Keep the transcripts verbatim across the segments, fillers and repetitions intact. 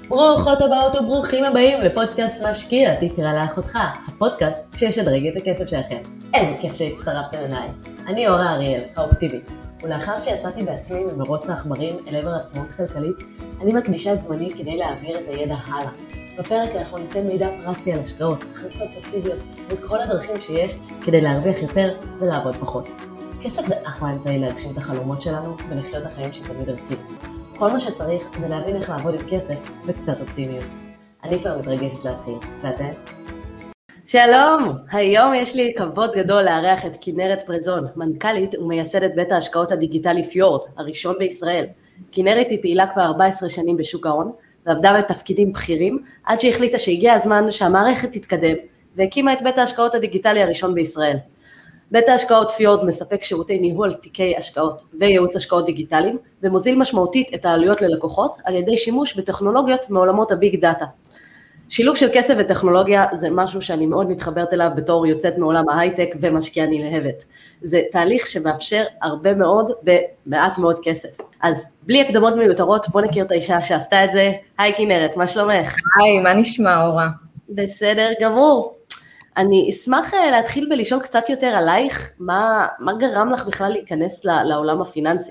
ברוכות הבאות וברוכים הבאים לפודקאסט משקיע, תקרא לאחותך, הפודקאסט שישדרג את הכסף שלכם. איזה כיף שהצטרפתם אליי. אני אורה אריאל, האופטימית, ולאחר שיצאתי בעצמי ממרוץ העכברים אל עבר עצמאות כלכלית, אני מקדישה את זמני כדי להעביר את הידע הלאה. בפרק אנחנו ניתן מידע פרקטי על השקעות, הכנסות פסיביות וכל הדרכים שיש כדי להרוויח יותר ולעבוד פחות. כסף זה אחלה אמצעי להגשים את החלומות שלנו ולחיות החיים שתמיד רצינו. כל מה שצריך זה להבין איך לעבוד עם כסף וקצת אופטימיות. אני כבר מתרגשת להתחיל, ואתן? שלום, היום יש לי כבוד גדול לארח את כנרת פרזון, מנכ"לית ומייסדת בית ההשקעות הדיגיטלי פיורד, הראשון בישראל. כנרת היא פעילה כבר ארבע עשרה שנים בשוק ההון, ועבדה בתפקידים בכירים, עד שהחליטה שהגיע הזמן שהמערכת תתקדם, והקימה את בית ההשקעות הדיגיטלי הראשון בישראל. בית ההשקעות פיורד מספק שירותי ניהול תיקי השקעות וייעוץ השקעות דיגיטליים, ומוזיל משמעותית את העלויות ללקוחות על ידי שימוש בטכנולוגיות מעולמות הביג דאטה. שילוב של כסף וטכנולוגיה זה משהו שאני מאוד מתחברת אליו בתור יוצאת מעולם ההייטק ומשקיעה נלהבת. זה תהליך שמאפשר הרבה מאוד במעט מאוד כסף. אז בלי הקדמות מיותרות, בוא נכיר את האישה שעשתה את זה. היי כנרת, מה שלומך? היי, מה נשמע אורה? בסדר גמור. אני אשמח להתחיל בלשאול קצת יותר עלייך, מה, מה גרם לך בכלל להיכנס לעולם הפיננסי?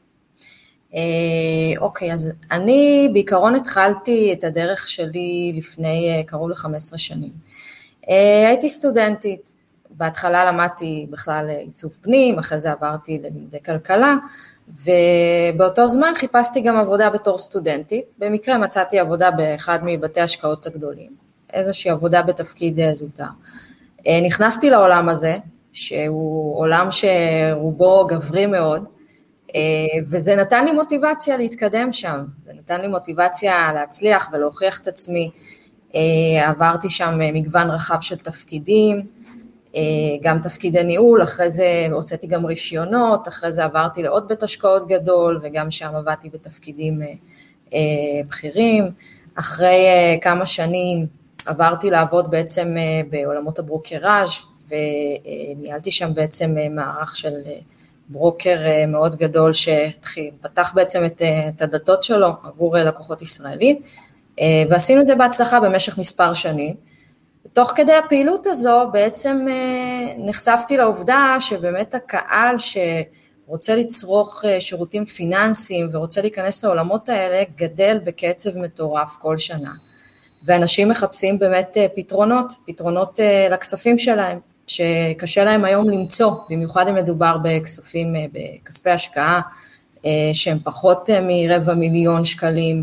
אוקיי, אז אני בעיקרון התחלתי את הדרך שלי לפני קרוב ל-חמש עשרה שנים. הייתי סטודנטית, בהתחלה למדתי בכלל עיצוב פנים, אחרי זה עברתי ללימודי כלכלה, ובאותו זמן חיפשתי גם עבודה בתור סטודנטית, במקרה מצאתי עבודה באחד מבתי השקעות הגדולים. איזושהי עבודה בתפקיד זוטר. נכנסתי לעולם הזה, שהוא עולם שרובו גברי מאוד, וזה נתן לי מוטיבציה להתקדם שם, זה נתן לי מוטיבציה להצליח ולהוכיח את עצמי, עברתי שם מגוון רחב של תפקידים, גם תפקידי ניהול, אחרי זה הוצאתי גם רישיונות, אחרי זה עברתי לעוד בית השקעות גדול, וגם שם עבדתי בתפקידים בכירים, אחרי כמה שנים, עברתי לעבוד בעצם בעולמות הברוקראז' וניהלתי שם בעצם מערך של ברוקר מאוד גדול שפתח בעצם את, את הדלתות שלו עבור לקוחות ישראלים, ועשינו את זה בהצלחה במשך מספר שנים. תוך כדי הפעילות הזו בעצם נחשפתי לעובדה שבאמת הקהל שרוצה לצרוך שירותים פיננסיים ורוצה להיכנס לעולמות האלה גדל בקצב מטורף כל שנה. ואנשים מחפשים באמת פתרונות, פתרונות לכספים שלהם, שקשה להם היום למצוא, במיוחד אם מדובר בכספים, בכספי השקעה, שהם פחות מרבע מיליון שקלים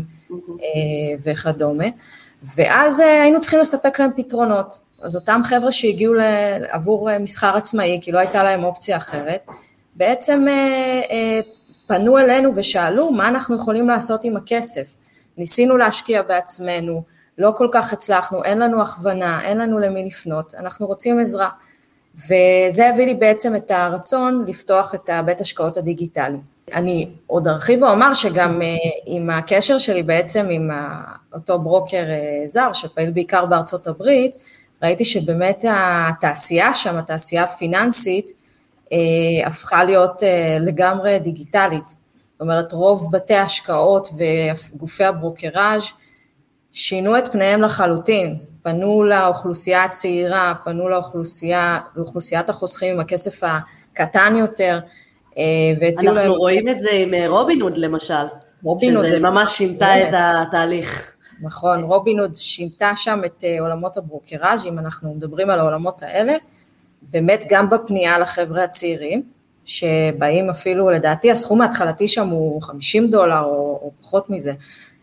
וכדומה, ואז היינו צריכים לספק להם פתרונות, אז אותם חבר'ה שהגיעו עבור מסחר עצמאי, כי לא הייתה להם אופציה אחרת, בעצם פנו אלינו ושאלו מה אנחנו יכולים לעשות עם הכסף, ניסינו להשקיע בעצמנו, לא כל כך הצלחנו, אין לנו הכוונה, אין לנו למי לפנות, אנחנו רוצים עזרה, וזה הביא לי בעצם את הרצון לפתוח את בית השקעות הדיגיטלי. אני עוד ארחיב ואומר שגם עם הקשר שלי בעצם עם אותו ברוקר זר, שפעיל בעיקר בארצות הברית, ראיתי שבאמת התעשייה שם, התעשייה הפיננסית, הפכה להיות לגמרי דיגיטלית, זאת אומרת רוב בתי ההשקעות וגופי הברוקראז' שינו את פניהם לחלוטין, פנו לאוכלוסייה הצעירה, פנו לאוכלוסייה, לאוכלוסיית החוסכים עם הכסף הקטן יותר, והציעו להם... אנחנו רואים את זה עם רובינהוד למשל, רובינהוד שזה ממש שינתה את התהליך. נכון, רובינהוד שינתה שם את עולמות הברוקראז', אם אנחנו מדברים על העולמות האלה, באמת גם בפנייה לחבר'ה הצעירים, שבאים אפילו, לדעתי, הסכום ההתחלתי שם הוא חמישים דולר או, או פחות מזה,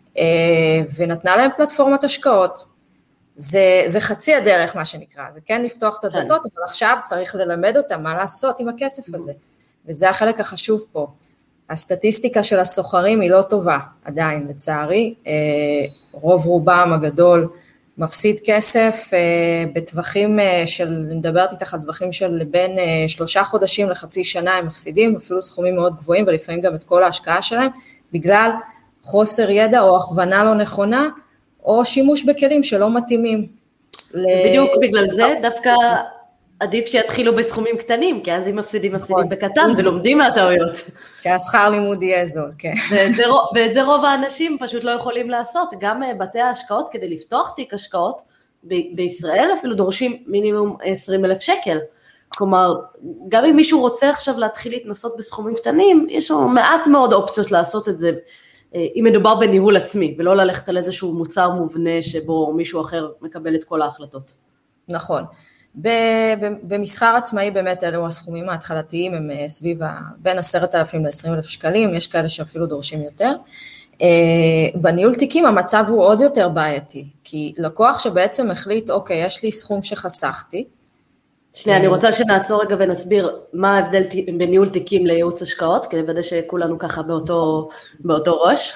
ונתנה להם פלטפורמת השקעות, זה, זה חצי הדרך מה שנקרא, זה כן לפתוח את הדלתות, אבל עכשיו צריך ללמד אותם מה לעשות עם הכסף הזה, וזה החלק החשוב פה, הסטטיסטיקה של הסוחרים היא לא טובה, עדיין לצערי, רוב רובם הגדול מפסיד כסף, בטווחים של, מדברת איתך על טווחים של בין שלושה חודשים לחצי שנה הם מפסידים, אפילו סכומים מאוד גבוהים, ולפעמים גם את כל ההשקעה שלהם, בגלל חוסר ידע או הכוונה לא נכונה, או שימוש בכלים שלא מתאימים. בדיוק בגלל זה, דווקא עדיף שיתחילו בסכומים קטנים, כי אז אם מפסידים, מפסידים בקטן, ולומדים מהטעויות. שהשכר לימוד יהיה זול, כן. ואת זה רוב האנשים פשוט לא יכולים לעשות, גם בתי ההשקעות, כדי לפתוח תיק השקעות, בישראל אפילו דורשים מינימום עשרים אלף שקל, כלומר, גם אם מישהו רוצה עכשיו להתחיל להתנסות בסכומים קטנים, יש לו מעט מאוד אופציות לעשות את זה, אם מדובר בניהול עצמי, ולא ללכת על איזשהו מוצר מובנה, שבו מישהו אחר מקבל את כל ההחלטות. נכון. במסחר עצמאי באמת אלו הסכומים ההתחלתיים, הם סביב בין עשרת אלפים ל-עשרים אלף שקלים, יש כאלה שאפילו דורשים יותר. בניהול תיקים המצב הוא עוד יותר בעייתי, כי לקוח שבעצם החליט, אוקיי, יש לי סכום שחסכתי. שנייה, אני רוצה שנעצור רגע ונסביר מה ההבדל בניהול תיקים לייעוץ השקעות, כדי לוודא שכולנו ככה באותו, באותו ראש.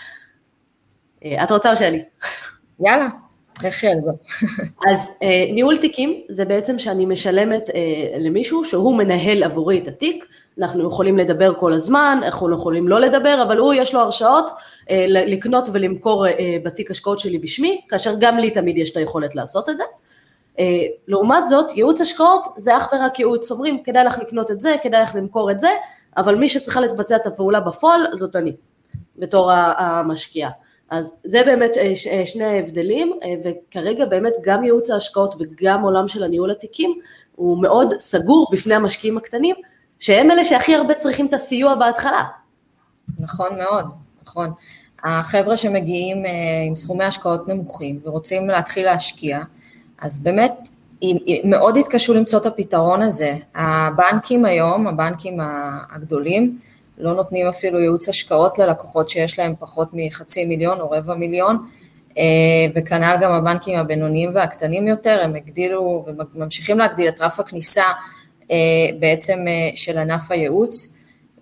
את רוצה או שלי? יאללה. לכי על זה. אז אה, ניהול תיקים זה בעצם שאני משלמת אה, למישהו שהוא מנהל עבורי את התיק, אנחנו יכולים לדבר כל הזמן, אנחנו יכולים לא לדבר, אבל הוא יש לו הרשאות אה, לקנות ולמכור אה, בתיק השקעות שלי בשמי, כאשר גם לי תמיד יש את היכולת לעשות את זה. אה, לעומת זאת, ייעוץ השקעות זה אך ורק ייעוץ, אומרים כדאי לך לקנות את זה, כדאי לך למכור את זה, אבל מי שצריכה לבצע את הפעולה בפועל זאת אני, בתור המשקיעה. אז זה באמת שני ההבדלים, וכרגע באמת גם ייעוץ ההשקעות וגם עולם של הניהול התיקים, הוא מאוד סגור בפני המשקיעים הקטנים, שהם אלה שהכי הרבה צריכים את הסיוע בהתחלה. נכון מאוד, נכון. החבר'ה שמגיעים עם סכומי השקעות נמוכים, ורוצים להתחיל להשקיע, אז באמת מאוד התקשו למצוא את הפתרון הזה. הבנקים היום, הבנקים הגדולים, לא נותנים אפילו ייעוץ השקעות ללקוחות שיש להם פחות מחצי מיליון או רבע מיליון, וכנ"ל גם הבנקים הבינוניים והקטנים יותר, הם הגדילו וממשיכים להגדיל את רף הכניסה בעצם של ענף הייעוץ,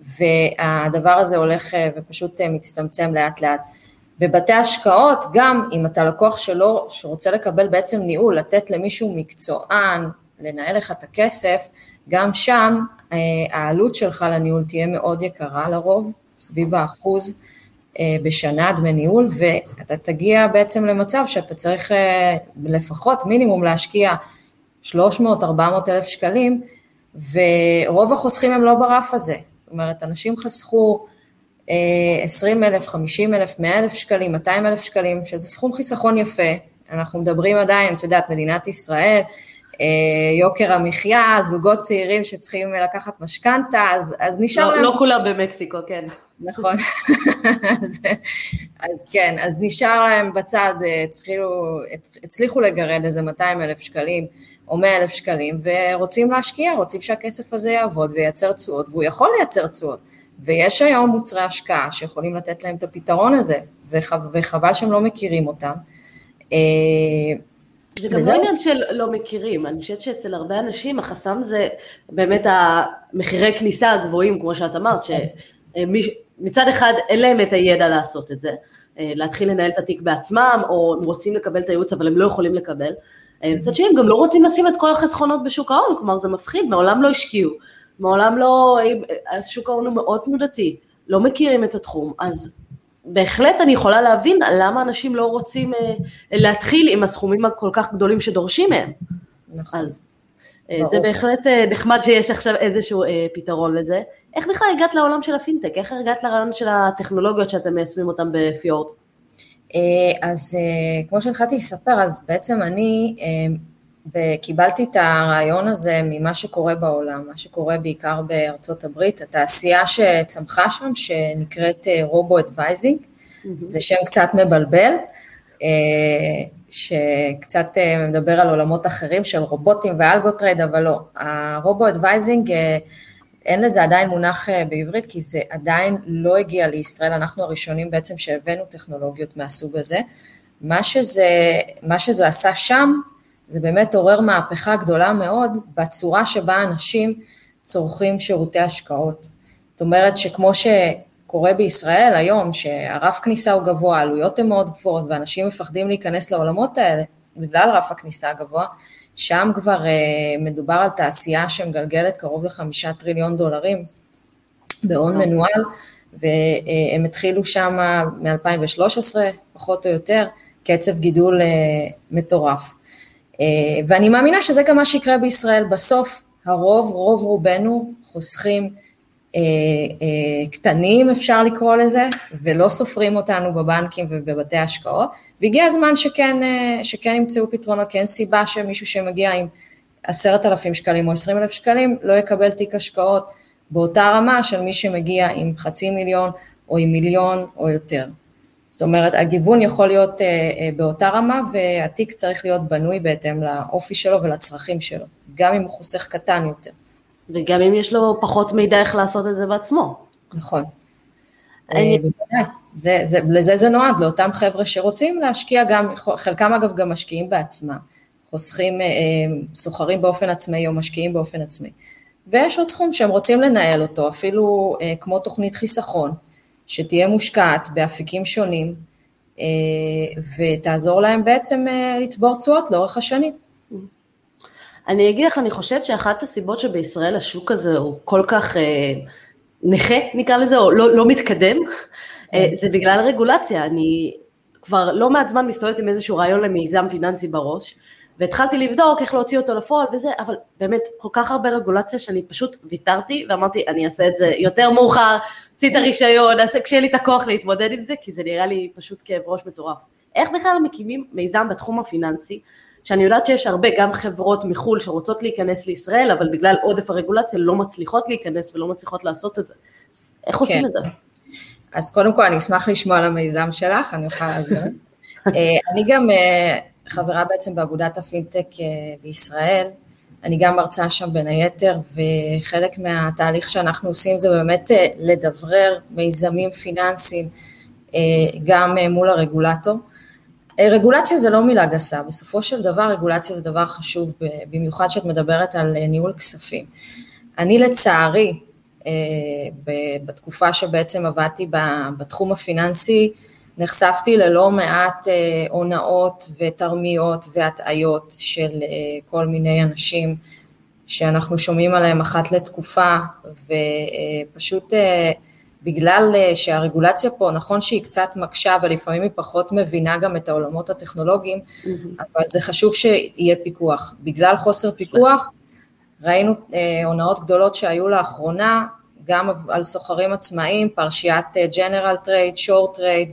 והדבר הזה הולך ופשוט מצטמצם לאט לאט. בבתי השקעות, גם אם אתה לקוח שלו, שרוצה לקבל בעצם ניהול, לתת למישהו מקצוען, לנהל לך את הכסף, גם שם העלות שלך לניהול תהיה מאוד יקרה לרוב, סביב האחוז בשנה דמי ניהול, ואתה תגיע בעצם למצב שאתה צריך לפחות מינימום להשקיע שלוש מאות עד ארבע מאות אלף שקלים, ורוב החוסכים הם לא ברף הזה, זאת אומרת, אנשים חסכו עשרים אלף, חמישים אלף, מאה אלף שקלים, מאתיים אלף שקלים, שזה סכום חיסכון יפה, אנחנו מדברים עדיין, את יודעת, מדינת ישראל, יוקר המחיה, זוגות צעירים שצריכים לקחת משכנתה, אז, אז נשאר לא, להם... לא כולם במקסיקו, כן. נכון. אז, אז כן, אז נשאר להם בצד, הצליחו, הצליחו לגרד איזה מאתיים אלף שקלים, או מאה אלף שקלים, ורוצים להשקיע, רוצים שהכסף הזה יעבוד וייצר תשואות, והוא יכול לייצר תשואות, ויש היום מוצרי השקעה שיכולים לתת להם את הפתרון הזה, וחבל שהם לא מכירים אותם. זה גם לא עניין של לא מכירים, אני חושבת שאצל הרבה אנשים החסם זה באמת המחירי כניסה הגבוהים, כמו שאת אמרת, שמצד אחד אין להם את הידע לעשות את זה, להתחיל לנהל את התיק בעצמם, או הם רוצים לקבל את הייעוץ, אבל הם לא יכולים לקבל, מצד שהם גם לא רוצים לשים את כל החסכונות בשוק ההון, כלומר זה מפחיד, מעולם לא השקיעו, מעולם לא, השוק ההון הוא מאוד תנודתי, לא מכירים את התחום, אז בהחלט אני יכולה להבין למה אנשים לא רוצים להתחיל עם הסכומים הכל כך גדולים שדורשים מהם. נכון. אז זה בהחלט נחמד שיש עכשיו איזשהו פתרון לזה. איך בכלל הגעת לעולם של הפינטק? איך הגעת לרעיון של הטכנולוגיות שאתם מיישמים אותם בפיורד? אז כמו שהתחלתי לספר, אז בעצם אני קיבלתי את הרעיון הזה ממה שקורה בעולם, מה שקורה בעיקר בארצות הברית, התעשייה שצמחה שם, שנקראת רובו-אדוויזינג, זה שם קצת מבלבל, שקצת מדבר על עולמות אחרים של רובוטים ואלגוטרייד, אבל לא, הרובו-אדוויזינג, אין לזה עדיין מונח בעברית, כי זה עדיין לא הגיע לישראל, אנחנו הראשונים בעצם שהבאנו טכנולוגיות מהסוג הזה, מה שזה, מה שזה עשה שם, זה באמת עורר מהפכה גדולה מאוד, בצורה שבה אנשים צורכים שירותי השקעות. זאת אומרת שכמו שקורה בישראל היום, שהרף כניסה הוא גבוה, העלויות הן מאוד גבוהות, ואנשים מפחדים להיכנס לעולמות האלה, בגלל רף הכניסה הגבוה, שם כבר מדובר על תעשייה שמגלגלת קרוב לחמישה טריליון דולרים, בהון מנוהל, והם התחילו שם מ-אלפיים ושלוש עשרה, פחות או יותר, קצב גידול מטורף. ואני מאמינה שזה גם מה שיקרה בישראל. בסוף הרוב, רוב רובנו חוסכים קטנים, אפשר לקרוא לזה, ולא סופרים אותנו בבנקים ובבתי השקעות, והגיע הזמן שכן, שכן ימצאו פתרונות, כי אין סיבה שמישהו שמגיע עם עשרת אלפים שקלים או עשרים אלף שקלים, לא יקבל תיק השקעות באותה רמה של מי שמגיע עם חצי מיליון או עם מיליון או יותר. זאת אומרת, הגיוון יכול להיות באותה רמה, והתיק צריך להיות בנוי בהתאם לאופי שלו ולצרכים שלו, גם אם הוא חוסך קטן יותר. וגם אם יש לו פחות מידע איך לעשות את זה בעצמו. נכון. אני... זה, זה, לזה זה נועד, לאותם חבר'ה שרוצים להשקיע גם, חלקם אגב גם משקיעים בעצמם, חוסכים, סוחרים באופן עצמאי או משקיעים באופן עצמאי. ויש עוד סכום שהם רוצים לנהל אותו, אפילו כמו תוכנית חיסכון, שתהיה מושקעת באפיקים שונים, ותעזור להם בעצם לצבור תשואות לאורך השנים. אני אגיד לך, אני חושבת שאחת הסיבות שבישראל השוק הזה הוא כל כך אה, נכה, נקרא לזה, או לא, לא מתקדם, אה, זה בגלל רגולציה. אני כבר לא מעט זמן מסתובבת עם איזשהו רעיון למיזם פיננסי בראש, והתחלתי לבדוק איך להוציא אותו לפועל וזה, אבל באמת כל כך הרבה רגולציה שאני פשוט ויתרתי, ואמרתי, אני אעשה את זה יותר מאוחר, ציא את הרישיון, כשיהיה לי את הכוח להתמודד עם זה, כי זה נראה לי פשוט כאב ראש מטורף. איך בכלל מקימים מיזם בתחום הפיננסי, שאני יודעת שיש הרבה גם חברות מחול שרוצות להיכנס לישראל, אבל בגלל עודף הרגולציה לא מצליחות להיכנס ולא מצליחות לעשות את זה. איך עושים את זה? אז קודם כל אני אשמח לשמוע על המיזם שלך, אני אוכל להגיד. אני גם חברה בעצם באגודת הפינטק בישראל, אני גם מרצה שם בין היתר, וחלק מהתהליך שאנחנו עושים זה באמת לדברר מיזמים פיננסיים, גם מול הרגולטור. רגולציה זה לא מילה גסה, בסופו של דבר רגולציה זה דבר חשוב, במיוחד שאת מדברת על ניהול כספים. אני לצערי, בתקופה שבעצם עבדתי בתחום הפיננסי, נחשפתי ללא מעט הונאות ותרמיות והטעיות של כל מיני אנשים, שאנחנו שומעים עליהם אחת לתקופה, ופשוט בגלל שהרגולציה פה, נכון שהיא קצת מקשה, ולפעמים היא פחות מבינה גם את העולמות הטכנולוגיים, mm-hmm. אבל זה חשוב שיהיה פיקוח. בגלל חוסר פיקוח, ראינו הונאות גדולות שהיו לאחרונה, גם על סוחרים עצמאיים, פרשיית ג'נרל טרייד, שורט טרייד,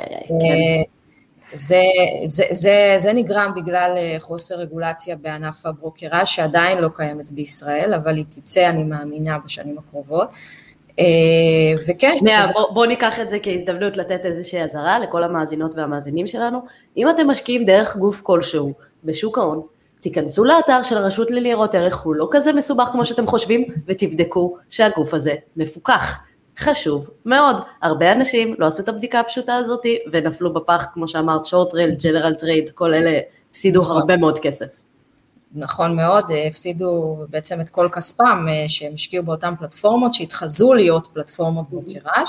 זה, זה, זה, זה נגרם בגלל חוסר רגולציה בענף הברוקראז' שעדיין לא קיימת בישראל, אבל היא תצא, אני מאמינה, בשנים הקרובות. וכן. שנייה, בוא, בוא ניקח את זה כהזדמנות לתת איזושהי עזרה לכל המאזינות והמאזינים שלנו. אם אתם משקיעים דרך גוף כלשהו בשוק ההון, תיכנסו לאתר של הרשות לניירות ערך, הוא לא כזה מסובך כמו שאתם חושבים, ותבדקו שהגוף הזה מפוקח. חשוב מאוד. הרבה אנשים לא עשו את הבדיקה הפשוטה הזאת, ונפלו בפח, כמו שאמרת, שורט טרייד, ג'נרל טרייד, כל אלה הפסידו נכון. הרבה מאוד כסף. נכון מאוד, הפסידו בעצם את כל כספם, שהם השקיעו באותן פלטפורמות, שהתחזו להיות פלטפורמות ברוקראז',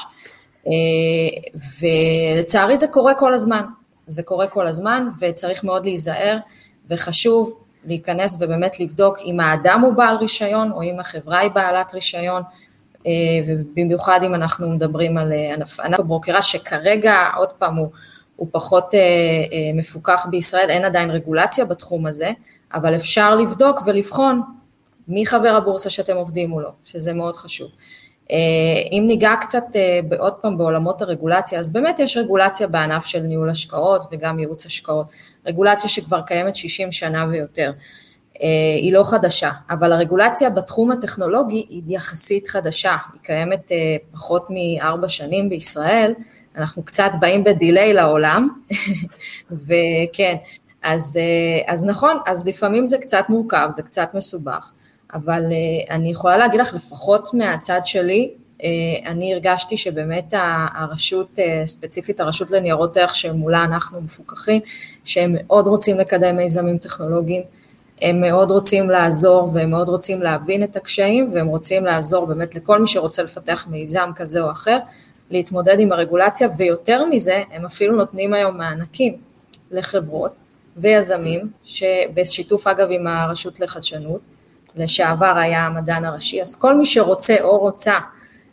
ולצערי זה קורה כל הזמן, זה קורה כל הזמן, וצריך מאוד להיזהר, וחשוב להיכנס ובאמת לבדוק אם האדם הוא בעל רישיון, או אם החברה היא בעלת רישיון, ובמיוחד אם אנחנו מדברים על ענף, ענף הברוקראז' שכרגע, עוד פעם, הוא, הוא פחות מפוקח בישראל, אין עדיין רגולציה בתחום הזה, אבל אפשר לבדוק ולבחון מי חבר הבורסה שאתם עובדים מולו, שזה מאוד חשוב. אם ניגע קצת עוד פעם בעולמות הרגולציה, אז באמת יש רגולציה בענף של ניהול השקעות וגם ייעוץ השקעות, רגולציה שכבר קיימת שישים שנה ויותר, היא לא חדשה, אבל הרגולציה בתחום הטכנולוגי היא יחסית חדשה, היא קיימת פחות מארבע שנים בישראל, אנחנו קצת באים בדילי לעולם, וכן, אז, אז נכון, אז לפעמים זה קצת מורכב, זה קצת מסובך, אבל אני יכולה להגיד לך, לפחות מהצד שלי, אני הרגשתי שבאמת הרשות, ספציפית הרשות לניירות ערך שמולה אנחנו מפוקחים, שהם מאוד רוצים לקדם מיזמים טכנולוגיים, הם מאוד רוצים לעזור והם מאוד רוצים להבין את הקשיים, והם רוצים לעזור באמת לכל מי שרוצה לפתח מיזם כזה או אחר, להתמודד עם הרגולציה, ויותר מזה, הם אפילו נותנים היום מענקים לחברות ויזמים, שבשיתוף אגב עם הרשות לחדשנות, לשעבר היה המדען הראשי, אז כל מי שרוצה או רוצה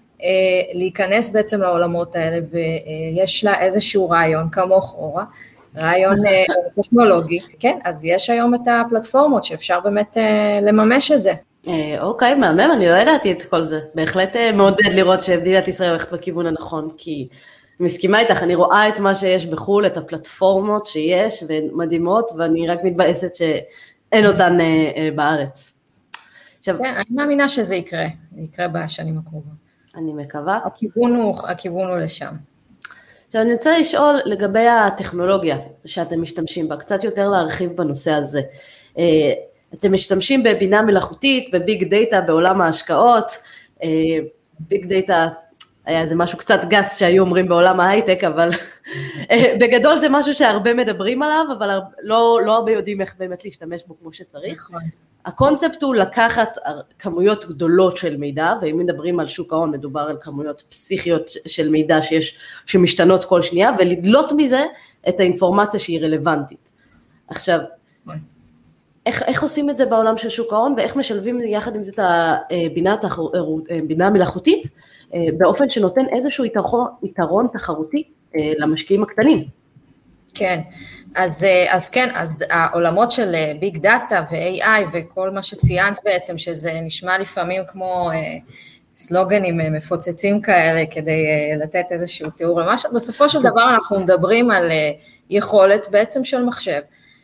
להיכנס בעצם לעולמות האלה, ויש לה איזשהו רעיון כמוך אורה, רעיון טכנולוגי, כן, אז יש היום את הפלטפורמות שאפשר באמת לממש את זה. אוקיי, מהמם, אני לא ידעתי את כל זה, בהחלט מעודד לראות שמדינת ישראל הולכת בכיוון הנכון, כי מסכימה איתך, אני רואה את מה שיש בחול, את הפלטפורמות שיש, והן מדהימות, ואני רק מתבאסת שאין אותן בארץ. עכשיו, כן, אני מאמינה שזה יקרה, זה יקרה בשנים הקרובות. אני מקווה. הכיוון הוא, הכיוון הוא לשם. עכשיו, אני רוצה לשאול לגבי הטכנולוגיה שאתם משתמשים בה, קצת יותר להרחיב בנושא הזה. אתם משתמשים בבינה מלאכותית וביג דאטה בעולם ההשקעות, ביג דאטה היה איזה משהו קצת גס שהיו אומרים בעולם ההייטק, אבל בגדול זה משהו שהרבה מדברים עליו, אבל לא, לא הרבה יודעים איך באמת להשתמש בו כמו שצריך. הקונספט הוא לקחת כמויות גדולות של מידע, ואם מדברים על שוק ההון, מדובר על כמויות פסיכיות של מידע שיש, שמשתנות כל שנייה, ולדלות מזה את האינפורמציה שהיא רלוונטית. עכשיו, איך, איך עושים את זה בעולם של שוק ההון, ואיך משלבים יחד עם זה את הבינה, הבינה המלאכותית, באופן שנותן איזשהו יתרון, יתרון תחרותי למשקיעים הקטנים. כן, אז, אז כן, אז העולמות של ביג דאטה ו-איי איי וכל מה שציינת בעצם, שזה נשמע לפעמים כמו סלוגנים מפוצצים כאלה, כדי לתת איזשהו תיאור למשהו, בסופו של דבר אנחנו מדברים על יכולת בעצם של מחשב,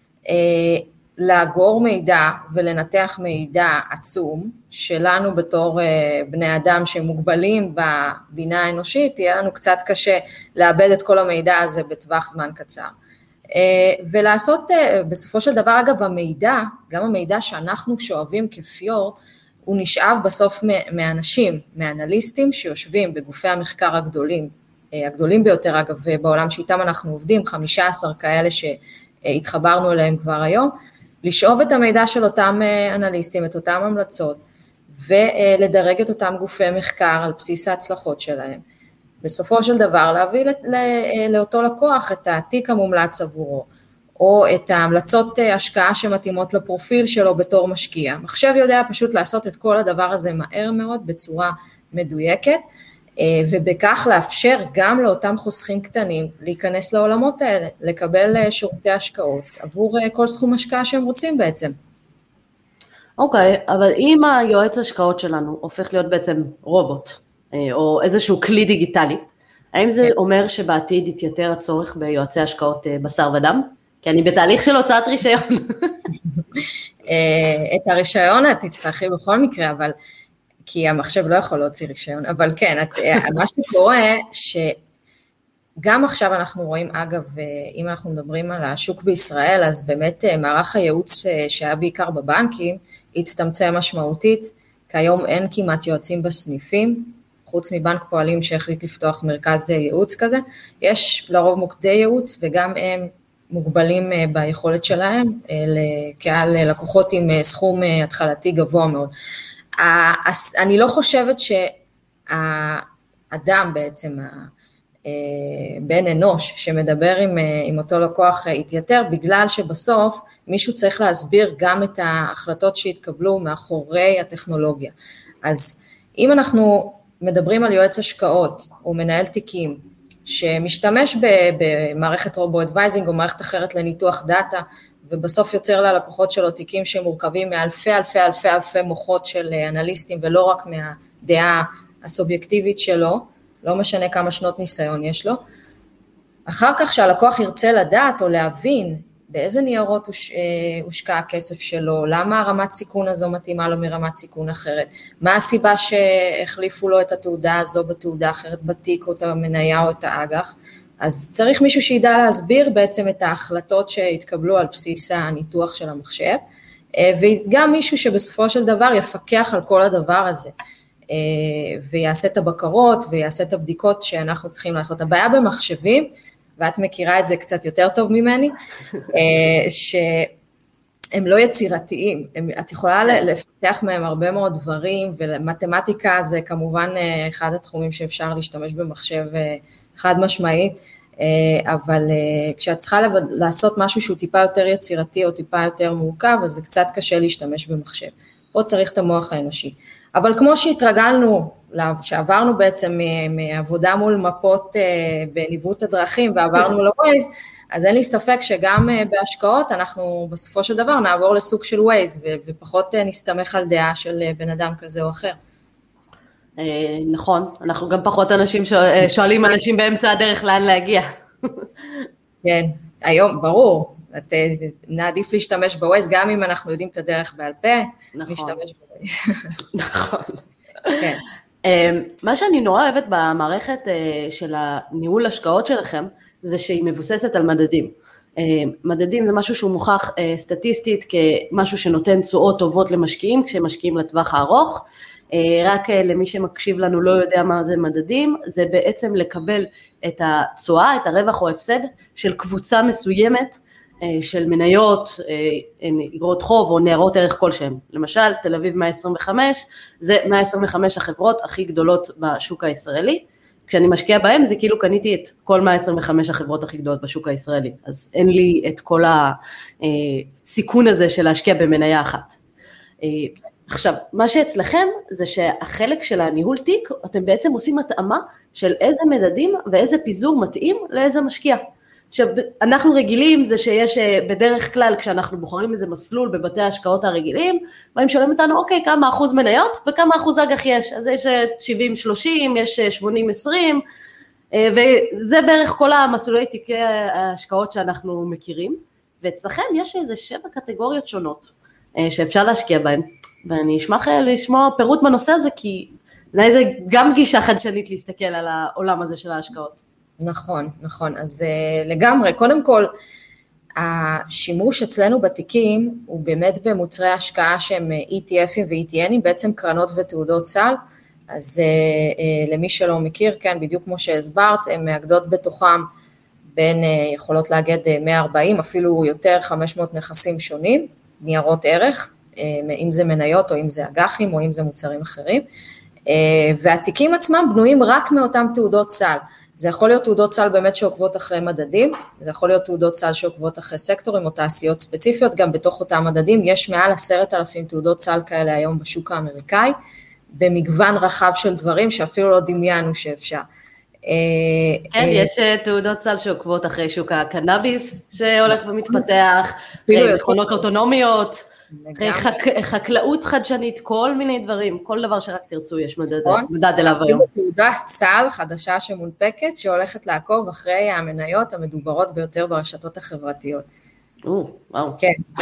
לאגור מידע ולנתח מידע עצום, שלנו בתור בני אדם שמוגבלים בבינה האנושית, יהיה לנו קצת קשה לאבד את כל המידע הזה בטווח זמן קצר. ולעשות, בסופו של דבר אגב המידע, גם המידע שאנחנו שואבים כפיור, הוא נשאב בסוף מאנשים, מאנליסטים שיושבים בגופי המחקר הגדולים, הגדולים ביותר אגב בעולם שאיתם אנחנו עובדים, חמישה עשר כאלה שהתחברנו אליהם כבר היום, לשאוב את המידע של אותם אנליסטים, את אותם המלצות, ולדרג את אותם גופי מחקר על בסיס ההצלחות שלהם. בסופו של דבר להביא לאותו לקוח את התיק המומלץ עבורו, או את ההמלצות השקעה שמתאימות לפרופיל שלו בתור משקיע. מחשב יודע פשוט לעשות את כל הדבר הזה מהר מאוד, בצורה מדויקת, ובכך לאפשר גם לאותם חוסכים קטנים להיכנס לעולמות האלה, לקבל שירותי השקעות עבור כל סכום השקעה שהם רוצים בעצם. אוקיי, okay, אבל אם היועץ השקעות שלנו הופך להיות בעצם רובוט, או איזשהו כלי דיגיטלי, האם זה אומר שבעתיד יתייתר הצורך ביועצי השקעות בשר ודם? כי אני בתהליך של הוצאת רישיון. את הרישיון את תצטרכי בכל מקרה, אבל... כי המחשב לא יכול להוציא רישיון, אבל כן, את, מה שקורה, שגם עכשיו אנחנו רואים, אגב, אם אנחנו מדברים על השוק בישראל, אז באמת מערך הייעוץ שהיה בעיקר בבנקים, הצטמצם משמעותית, כי היום אין כמעט יועצים בסניפים, חוץ מבנק פועלים שהחליט לפתוח מרכז ייעוץ כזה, יש לרוב מוקדי ייעוץ, וגם הם מוגבלים ביכולת שלהם, לקהל לקוחות עם סכום התחלתי גבוה מאוד. אני לא חושבת שהאדם בעצם, בן אנוש שמדבר עם, עם אותו לקוח יתייתר, בגלל שבסוף מישהו צריך להסביר גם את ההחלטות שהתקבלו מאחורי הטכנולוגיה. אז אם אנחנו מדברים על יועץ השקעות או מנהל תיקים, שמשתמש במערכת רובו-אדוויזינג או מערכת אחרת לניתוח דאטה, ובסוף יוצר ללקוחות שלו תיקים שמורכבים מאלפי אלפי אלפי אלפי מוחות של אנליסטים, ולא רק מהדעה הסובייקטיבית שלו, לא משנה כמה שנות ניסיון יש לו. אחר כך שהלקוח ירצה לדעת או להבין באיזה ניירות הושקע הכסף שלו, למה הרמת סיכון הזו מתאימה לו מרמת סיכון אחרת, מה הסיבה שהחליפו לו את התעודה הזו בתעודה אחרת, בתיק או את המניה או את האג"ח, אז צריך מישהו שידע להסביר בעצם את ההחלטות שהתקבלו על בסיס הניתוח של המחשב, וגם מישהו שבסופו של דבר יפקח על כל הדבר הזה, ויעשה את הבקרות ויעשה את הבדיקות שאנחנו צריכים לעשות. הבעיה במחשבים, ואת מכירה את זה קצת יותר טוב ממני, שהם לא יצירתיים, את יכולה לפתח מהם הרבה מאוד דברים, ומתמטיקה זה כמובן אחד התחומים שאפשר להשתמש במחשב חד משמעית, אבל כשאת צריכה לעשות משהו שהוא טיפה יותר יצירתי או טיפה יותר מורכב, אז זה קצת קשה להשתמש במחשב. פה צריך את המוח האנושי. אבל כמו שהתרגלנו, שעברנו בעצם מעבודה מול מפות בניווט הדרכים ועברנו לווייז, אז אין לי ספק שגם בהשקעות אנחנו בסופו של דבר נעבור לסוג של ווייז, ופחות נסתמך על דעה של בן אדם כזה או אחר. נכון, אנחנו גם פחות אנשים שואלים אנשים באמצע הדרך לאן להגיע. כן, היום ברור, נעדיף להשתמש בווייז, גם אם אנחנו יודעים את הדרך בעל פה, נשתמש בווייז. נכון. כן. מה שאני נורא אוהבת במערכת של הניהול השקעות שלכם, זה שהיא מבוססת על מדדים. מדדים זה משהו שהוא מוכח סטטיסטית כמשהו שנותן תשואות טובות למשקיעים, כשהם משקיעים לטווח הארוך. רק למי שמקשיב לנו לא יודע מה זה מדדים, זה בעצם לקבל את התשואה, את הרווח או הפסד של קבוצה מסוימת, של מניות, אגרות חוב או ניירות ערך כלשהם. למשל, תל אביב מאה עשרים וחמש, זה מאה עשרים וחמש החברות הכי גדולות בשוק הישראלי. כשאני משקיע בהם, זה כאילו קניתי את כל מאה עשרים וחמש החברות הכי גדולות בשוק הישראלי. אז אין לי את כל הסיכון הזה של להשקיע במניה אחת. עכשיו, מה שאצלכם זה שהחלק של הניהול תיק, אתם בעצם עושים התאמה של איזה מדדים ואיזה פיזור מתאים לאיזה משקיע. שאנחנו רגילים זה שיש בדרך כלל כשאנחנו בוחרים איזה מסלול בבתי ההשקעות הרגילים, והם שואלים אותנו אוקיי כמה אחוז מניות וכמה אחוז אג"ח יש, אז יש שבעים שלושים, יש שמונים עשרים, וזה בערך כל המסלולי תיקי ההשקעות שאנחנו מכירים, ואצלכם יש איזה שבע קטגוריות שונות שאפשר להשקיע בהן, ואני אשמח לשמוע פירוט בנושא הזה, כי זה גם גישה חדשנית להסתכל על העולם הזה של ההשקעות. נכון, נכון, אז uh, לגמרי, קודם כל, השימוש אצלנו בתיקים, הוא באמת במוצרי השקעה שהם אי טי אפים ו-אי טי אנים, בעצם קרנות ותעודות סל, אז uh, uh, למי שלא מכיר, כן, בדיוק כמו שהסברת, הן מאגדות בתוכם, בין uh, יכולות להגד uh, מאה וארבעים, אפילו יותר חמש מאות נכסים שונים, ניירות ערך, uh, אם זה מניות, או אם זה אג"חים, או אם זה מוצרים אחרים, uh, והתיקים עצמם בנויים רק מאותם תעודות סל, זה יכול להיות תעודות סל באמת שעוקבות אחרי מדדים, זה יכול להיות תעודות סל שעוקבות אחרי סקטורים או תעשיות ספציפיות, גם בתוך אותם מדדים, יש מעל עשרת אלפים תעודות סל כאלה היום בשוק האמריקאי, במגוון רחב של דברים שאפילו לא דמיינו שאפשר. כן, יש תעודות סל שעוקבות אחרי שוק הקנאביס שהולך ומתפתח, מכונות אוטונומיות, חקלאות חדשנית, כל מיני דברים, כל דבר שרק תרצו יש מדד, מדד אליו היום. תעודת סל חדשה שמונפקת שהולכת לעקוב אחרי המניות המדוברות ביותר ברשתות החברתיות. או, וואו. כן,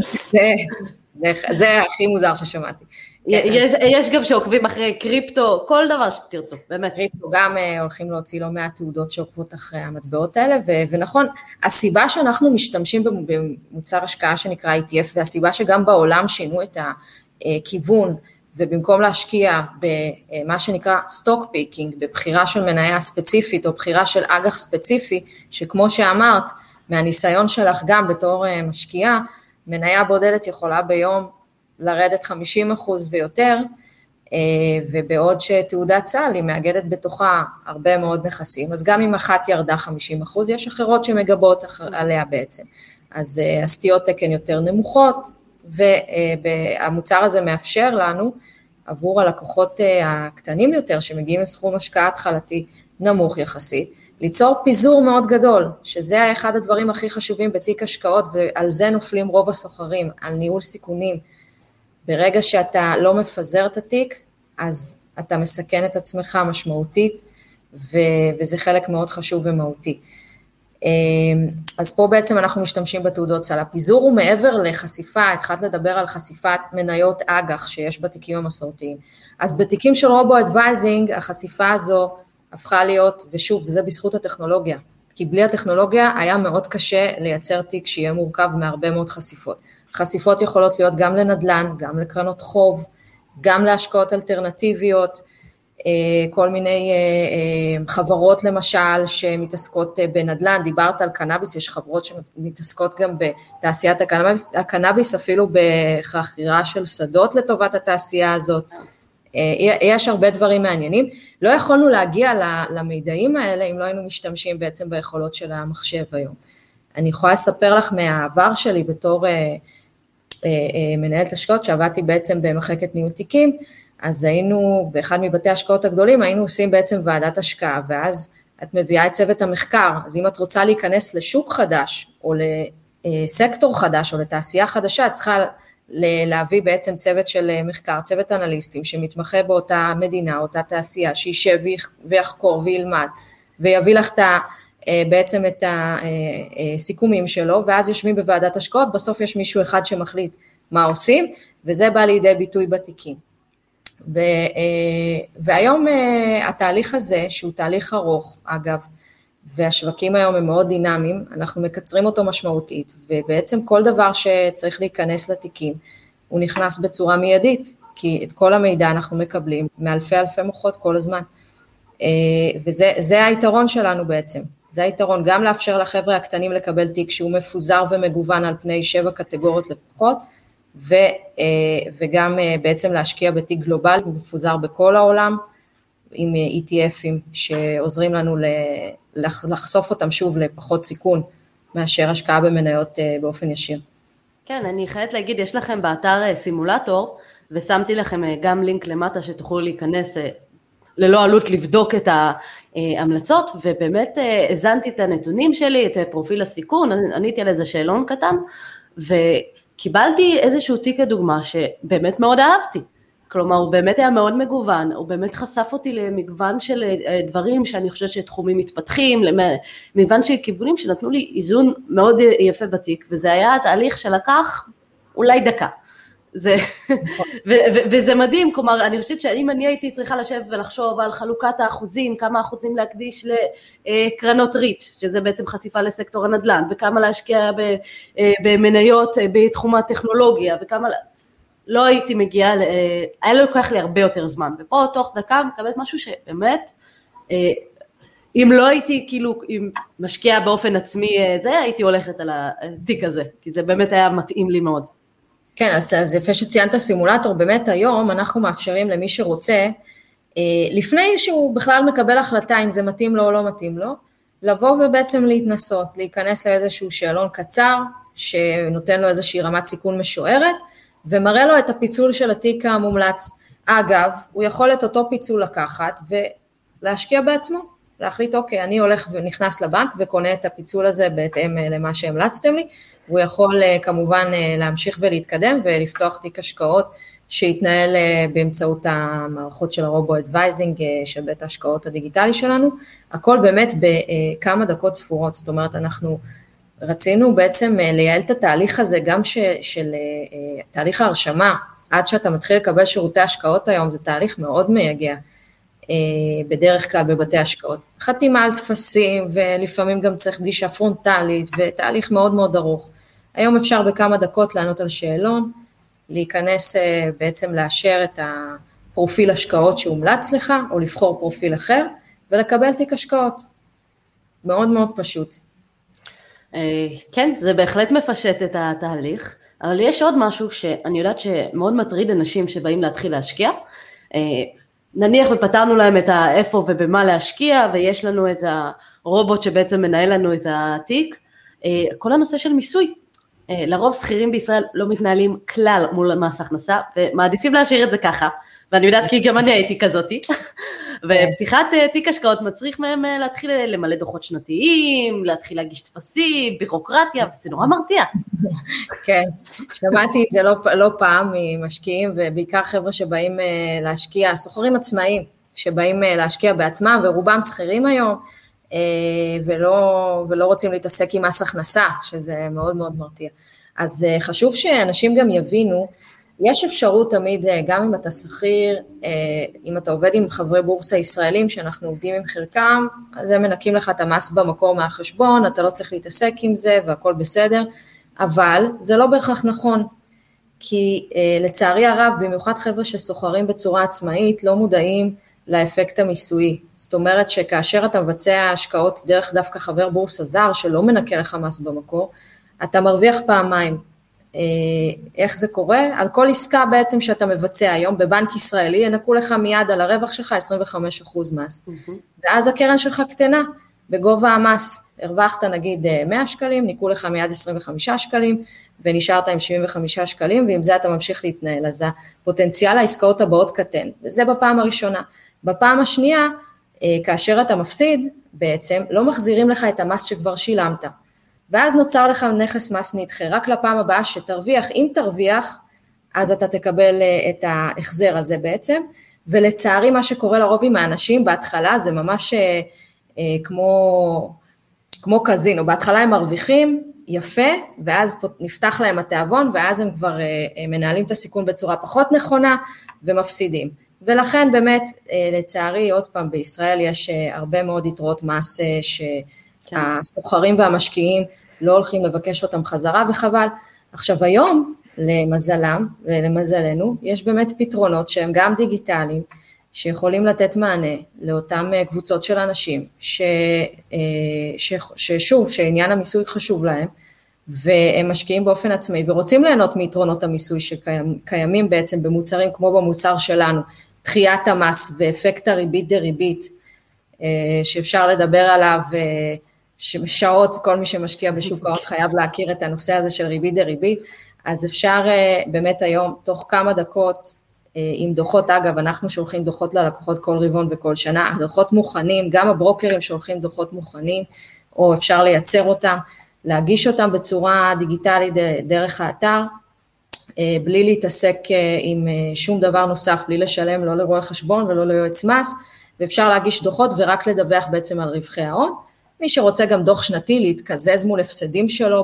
זה, זה הכי מוזר ששמעתי. יש גם שעוקבים אחרי קריפטו, כל דבר שתרצו, באמת. קריפטו גם הולכים להוציא לא מעט תעודות שעוקבות אחרי המטבעות האלה, ונכון, הסיבה שאנחנו משתמשים במוצר השקעה שנקרא אי טי אף, והסיבה שגם בעולם שינו את הכיוון, ובמקום להשקיע במה שנקרא סטוק פיקינג, בבחירה של מניה ספציפית, או בחירה של אג"ח ספציפי, שכמו שאמרת, מהניסיון שלך גם בתור משקיעה, מניה בודדת יכולה ביום לרדת חמישים אחוז ויותר, ובעוד שתעודת סל היא מאגדת בתוכה הרבה מאוד נכסים, אז גם אם אחת ירדה חמישים אחוז, יש אחרות שמגבות עליה בעצם. אז הסטיות תקן יותר נמוכות, והמוצר הזה מאפשר לנו, עבור הלקוחות הקטנים יותר, שמגיעים לסכום השקעה התחלתי נמוך יחסית, ליצור פיזור מאוד גדול, שזה אחד הדברים הכי חשובים בתיק השקעות, ועל זה נופלים רוב הסוחרים, על ניהול סיכונים. ברגע שאתה לא מפזר את התיק, אז אתה מסכן את עצמך משמעותית, וזה חלק מאוד חשוב ומהותי. אז פה בעצם אנחנו משתמשים בתעודות סל. הפיזור הוא מעבר לחשיפה, התחלת לדבר על חשיפת מניות אג"ח שיש בתיקים המסורתיים. אז בתיקים של רובו-אדוויזינג, החשיפה הזו הפכה להיות, ושוב, זה בזכות הטכנולוגיה, כי בלי הטכנולוגיה היה מאוד קשה לייצר תיק שיהיה מורכב מהרבה מאוד חשיפות. חשיפות יכולות להיות גם לנדל"ן, גם לקרנות חוב, גם להשקעות אלטרנטיביות, כל מיני חברות למשל שמתעסקות בנדל"ן, דיברת על קנאביס, יש חברות שמתעסקות גם בתעשיית הקנאביס, אפילו בחכירה של שדות לטובת התעשייה הזאת, יש הרבה דברים מעניינים, לא יכולנו להגיע למידעים האלה אם לא היינו משתמשים בעצם ביכולות של המחשב היום. אני יכולה לספר לך מהעבר שלי בתור מנהלת השקעות, שעבדתי בעצם במחלקת ניהול תיקים, אז היינו, באחד מבתי השקעות הגדולים, היינו עושים בעצם ועדת השקעה, ואז את מביאה את צוות המחקר, אז אם את רוצה להיכנס לשוק חדש, או לסקטור חדש, או לתעשייה חדשה, את צריכה להביא בעצם צוות של מחקר, צוות אנליסטים, שמתמחה באותה מדינה, אותה תעשייה, שישב ויחקור וילמד, ויביא לך בעצם את הסיכומים שלו, ואז יושבים בוועדת השקעות, בסוף יש מישהו אחד שמחליט מה עושים, וזה בא לידי ביטוי בתיקים. והיום התהליך הזה, שהוא תהליך ארוך, אגב, והשווקים היום הם מאוד דינמיים, אנחנו מקצרים אותו משמעותית, ובעצם כל דבר שצריך להיכנס לתיקים, הוא נכנס בצורה מיידית, כי את כל המידע אנחנו מקבלים מאלפי אלפי מוחות כל הזמן, וזה זה היתרון שלנו בעצם, זה היתרון, גם לאפשר לחבר'ה הקטנים לקבל תיק שהוא מפוזר ומגוון על פני שבע קטגוריות לפחות, ו, וגם בעצם להשקיע בתיק גלובלי מפוזר בכל העולם, עם אי טי אפים שעוזרים לנו לחשוף אותם שוב לפחות סיכון, מאשר השקעה במניות באופן ישיר. כן, אני חייבת להגיד, יש לכם באתר סימולטור, ושמתי לכם גם לינק למטה שתוכלו להיכנס ללא עלות לבדוק את ההמלצות, ובאמת הזנתי את הנתונים שלי, את פרופיל הסיכון, עניתי על איזה שאלון קטן, וקיבלתי איזשהו תיק הדוגמה שבאמת מאוד אהבתי, כלומר הוא באמת היה מאוד מגוון, הוא באמת חשף אותי למגוון של דברים שאני חושבת שתחומים מתפתחים, למגוון של כיוונים שנתנו לי איזון מאוד יפה בתיק, וזה היה תהליך שלקח אולי דקה. זה, ו, ו, וזה מדהים, כלומר, אני חושבת שאם אני הייתי צריכה לשבת ולחשוב על חלוקת האחוזים, כמה אחוזים להקדיש לקרנות ריץ', שזה בעצם חשיפה לסקטור הנדל"ן, וכמה להשקיע במניות בתחום הטכנולוגיה, וכמה, לא הייתי מגיעה, היה לוקח לי הרבה יותר זמן, ופה תוך דקה מקבלת משהו שבאמת, אם לא הייתי כאילו, אם משקיעה באופן עצמי זה, הייתי הולכת על התיק הזה, כי זה באמת היה מתאים לי מאוד. כן, אז, אז יפה שציינת סימולטור, באמת היום אנחנו מאפשרים למי שרוצה, לפני שהוא בכלל מקבל החלטה אם זה מתאים לו או לא מתאים לו, לבוא ובעצם להתנסות, להיכנס לאיזשהו שאלון קצר, שנותן לו איזושהי רמת סיכון משוערת, ומראה לו את הפיצול של התיק המומלץ. אגב, הוא יכול את אותו פיצול לקחת ולהשקיע בעצמו, להחליט, אוקיי, אני הולך ונכנס לבנק וקונה את הפיצול הזה בהתאם למה שהמלצתם לי, הוא יכול כמובן להמשיך ולהתקדם ולפתוח תיק השקעות שיתנהל באמצעות המערכות של הרובו-אדוויזינג של בית ההשקעות הדיגיטלי שלנו, הכל באמת בכמה דקות ספורות, זאת אומרת אנחנו רצינו בעצם לייעל את התהליך הזה גם ש, של תהליך ההרשמה, עד שאתה מתחיל לקבל שירותי השקעות היום, זה תהליך מאוד מייגע, בדרך כלל בבתי השקעות, חתימה על תפסים ולפעמים גם צריך פגישה פרונטלית ותהליך מאוד מאוד ארוך, היום אפשר בכמה דקות לענות על שאלון, להיכנס בעצם לאשר את הפרופיל השקעות שהומלץ לך, או לבחור פרופיל אחר, ולקבל תיק השקעות, מאוד מאוד פשוט. כן, זה בהחלט מפשט את התהליך, אבל יש עוד משהו שאני יודעת שמאוד מטריד אנשים שבאים להתחיל להשקיע, נניח ופתרנו להם את האיפה ובמה להשקיע, ויש לנו את הרובוט שבעצם מנהל לנו את התיק, כל הנושא של מיסוי, לרוב שכירים בישראל לא מתנהלים כלל מול מס הכנסה, ומעדיפים להשאיר את זה ככה, ואני יודעת כי גם אני הייתי כזאתי, ופתיחת תיק השקעות מצריך מהם להתחיל למלא דוחות שנתיים, להתחיל להגיש תפסים, בירוקרטיה, וזה נורא מרתיע. כן, שמעתי את זה לא, לא פעם ממשקיעים, ובעיקר חבר'ה שבאים להשקיע, סוחרים עצמאיים, שבאים להשקיע בעצמם, ורובם שכירים היום, ולא, ולא רוצים להתעסק עם מס הכנסה, שזה מאוד מאוד מרתיע. אז חשוב שאנשים גם יבינו, יש אפשרות תמיד, גם אם אתה שכיר, אם אתה עובד עם חברי בורסה ישראלים, שאנחנו עובדים עם חלקם, אז הם מנקים לך את המס במקור מהחשבון, אתה לא צריך להתעסק עם זה, והכל בסדר, אבל זה לא בהכרח נכון, כי לצערי הרב, במיוחד חבר'ה שסוחרים בצורה עצמאית, לא מודעים לאפקט המיסוי. זאת אומרת שכאשר אתה מבצע השקעות דרך דווקא חבר בורסה זר, שלא מנקה לך מס במקור, אתה מרוויח פעמיים. איך זה קורה? על כל עסקה בעצם שאתה מבצע היום בבנק ישראלי, ינקו לך מיד על הרווח שלך עשרים וחמישה אחוז מס. Mm-hmm. ואז הקרן שלך קטנה, בגובה המס, הרווחת נגיד מאה שקלים, ניקו לך מיד עשרים וחמישה שקלים, ונשארת עם שבעים וחמישה שקלים, ועם זה אתה ממשיך להתנהל, אז הפוטנציאל העסקאות הבאות קטן, וזה בפעם הראשונה. בפעם השנייה, כאשר אתה מפסיד, בעצם לא מחזירים לך את המס שכבר שילמת, ואז נוצר לך נכס מס נדחה, רק לפעם הבאה שתרוויח, אם תרוויח, אז אתה תקבל את ההחזר הזה בעצם, ולצערי מה שקורה לרוב עם האנשים, בהתחלה זה ממש אה, כמו, כמו קזינו, בהתחלה הם מרוויחים יפה, ואז נפתח להם התיאבון, ואז הם כבר אה, מנהלים את הסיכון בצורה פחות נכונה, ומפסידים. ולכן באמת, אה, לצערי, עוד פעם, בישראל יש אה, הרבה מאוד יתרות מס, אה, שהסוחרים והמשקיעים לא הולכים לבקש אותם חזרה, וחבל. עכשיו היום, למזלם ולמזלנו, יש באמת פתרונות שהם גם דיגיטליים, שיכולים לתת מענה לאותם קבוצות של אנשים, ש, ש, ששוב, שעניין המיסוי חשוב להם, והם משקיעים באופן עצמאי, ורוצים ליהנות מיתרונות המיסוי שקיימים בעצם במוצרים כמו במוצר שלנו, דחיית המס ואפקט הריבית דריבית, שאפשר לדבר עליו, שעות כל מי שמשקיע בשוק ההון חייב להכיר את הנושא הזה של ריבית דריבית, אז אפשר באמת היום, תוך כמה דקות, עם דוחות, אגב, אנחנו שולחים דוחות ללקוחות כל רבעון וכל שנה, דוחות מוכנים, גם הברוקרים שולחים דוחות מוכנים, או אפשר לייצר אותם, להגיש אותם בצורה דיגיטלית דרך האתר, בלי להתעסק עם שום דבר נוסף, בלי לשלם לא לרואה חשבון ולא ליועץ מס, ואפשר להגיש דוחות ורק לדווח בעצם על רווחי ההון. מי שרוצה גם דוח שנתי להתקזז מול הפסדים שלו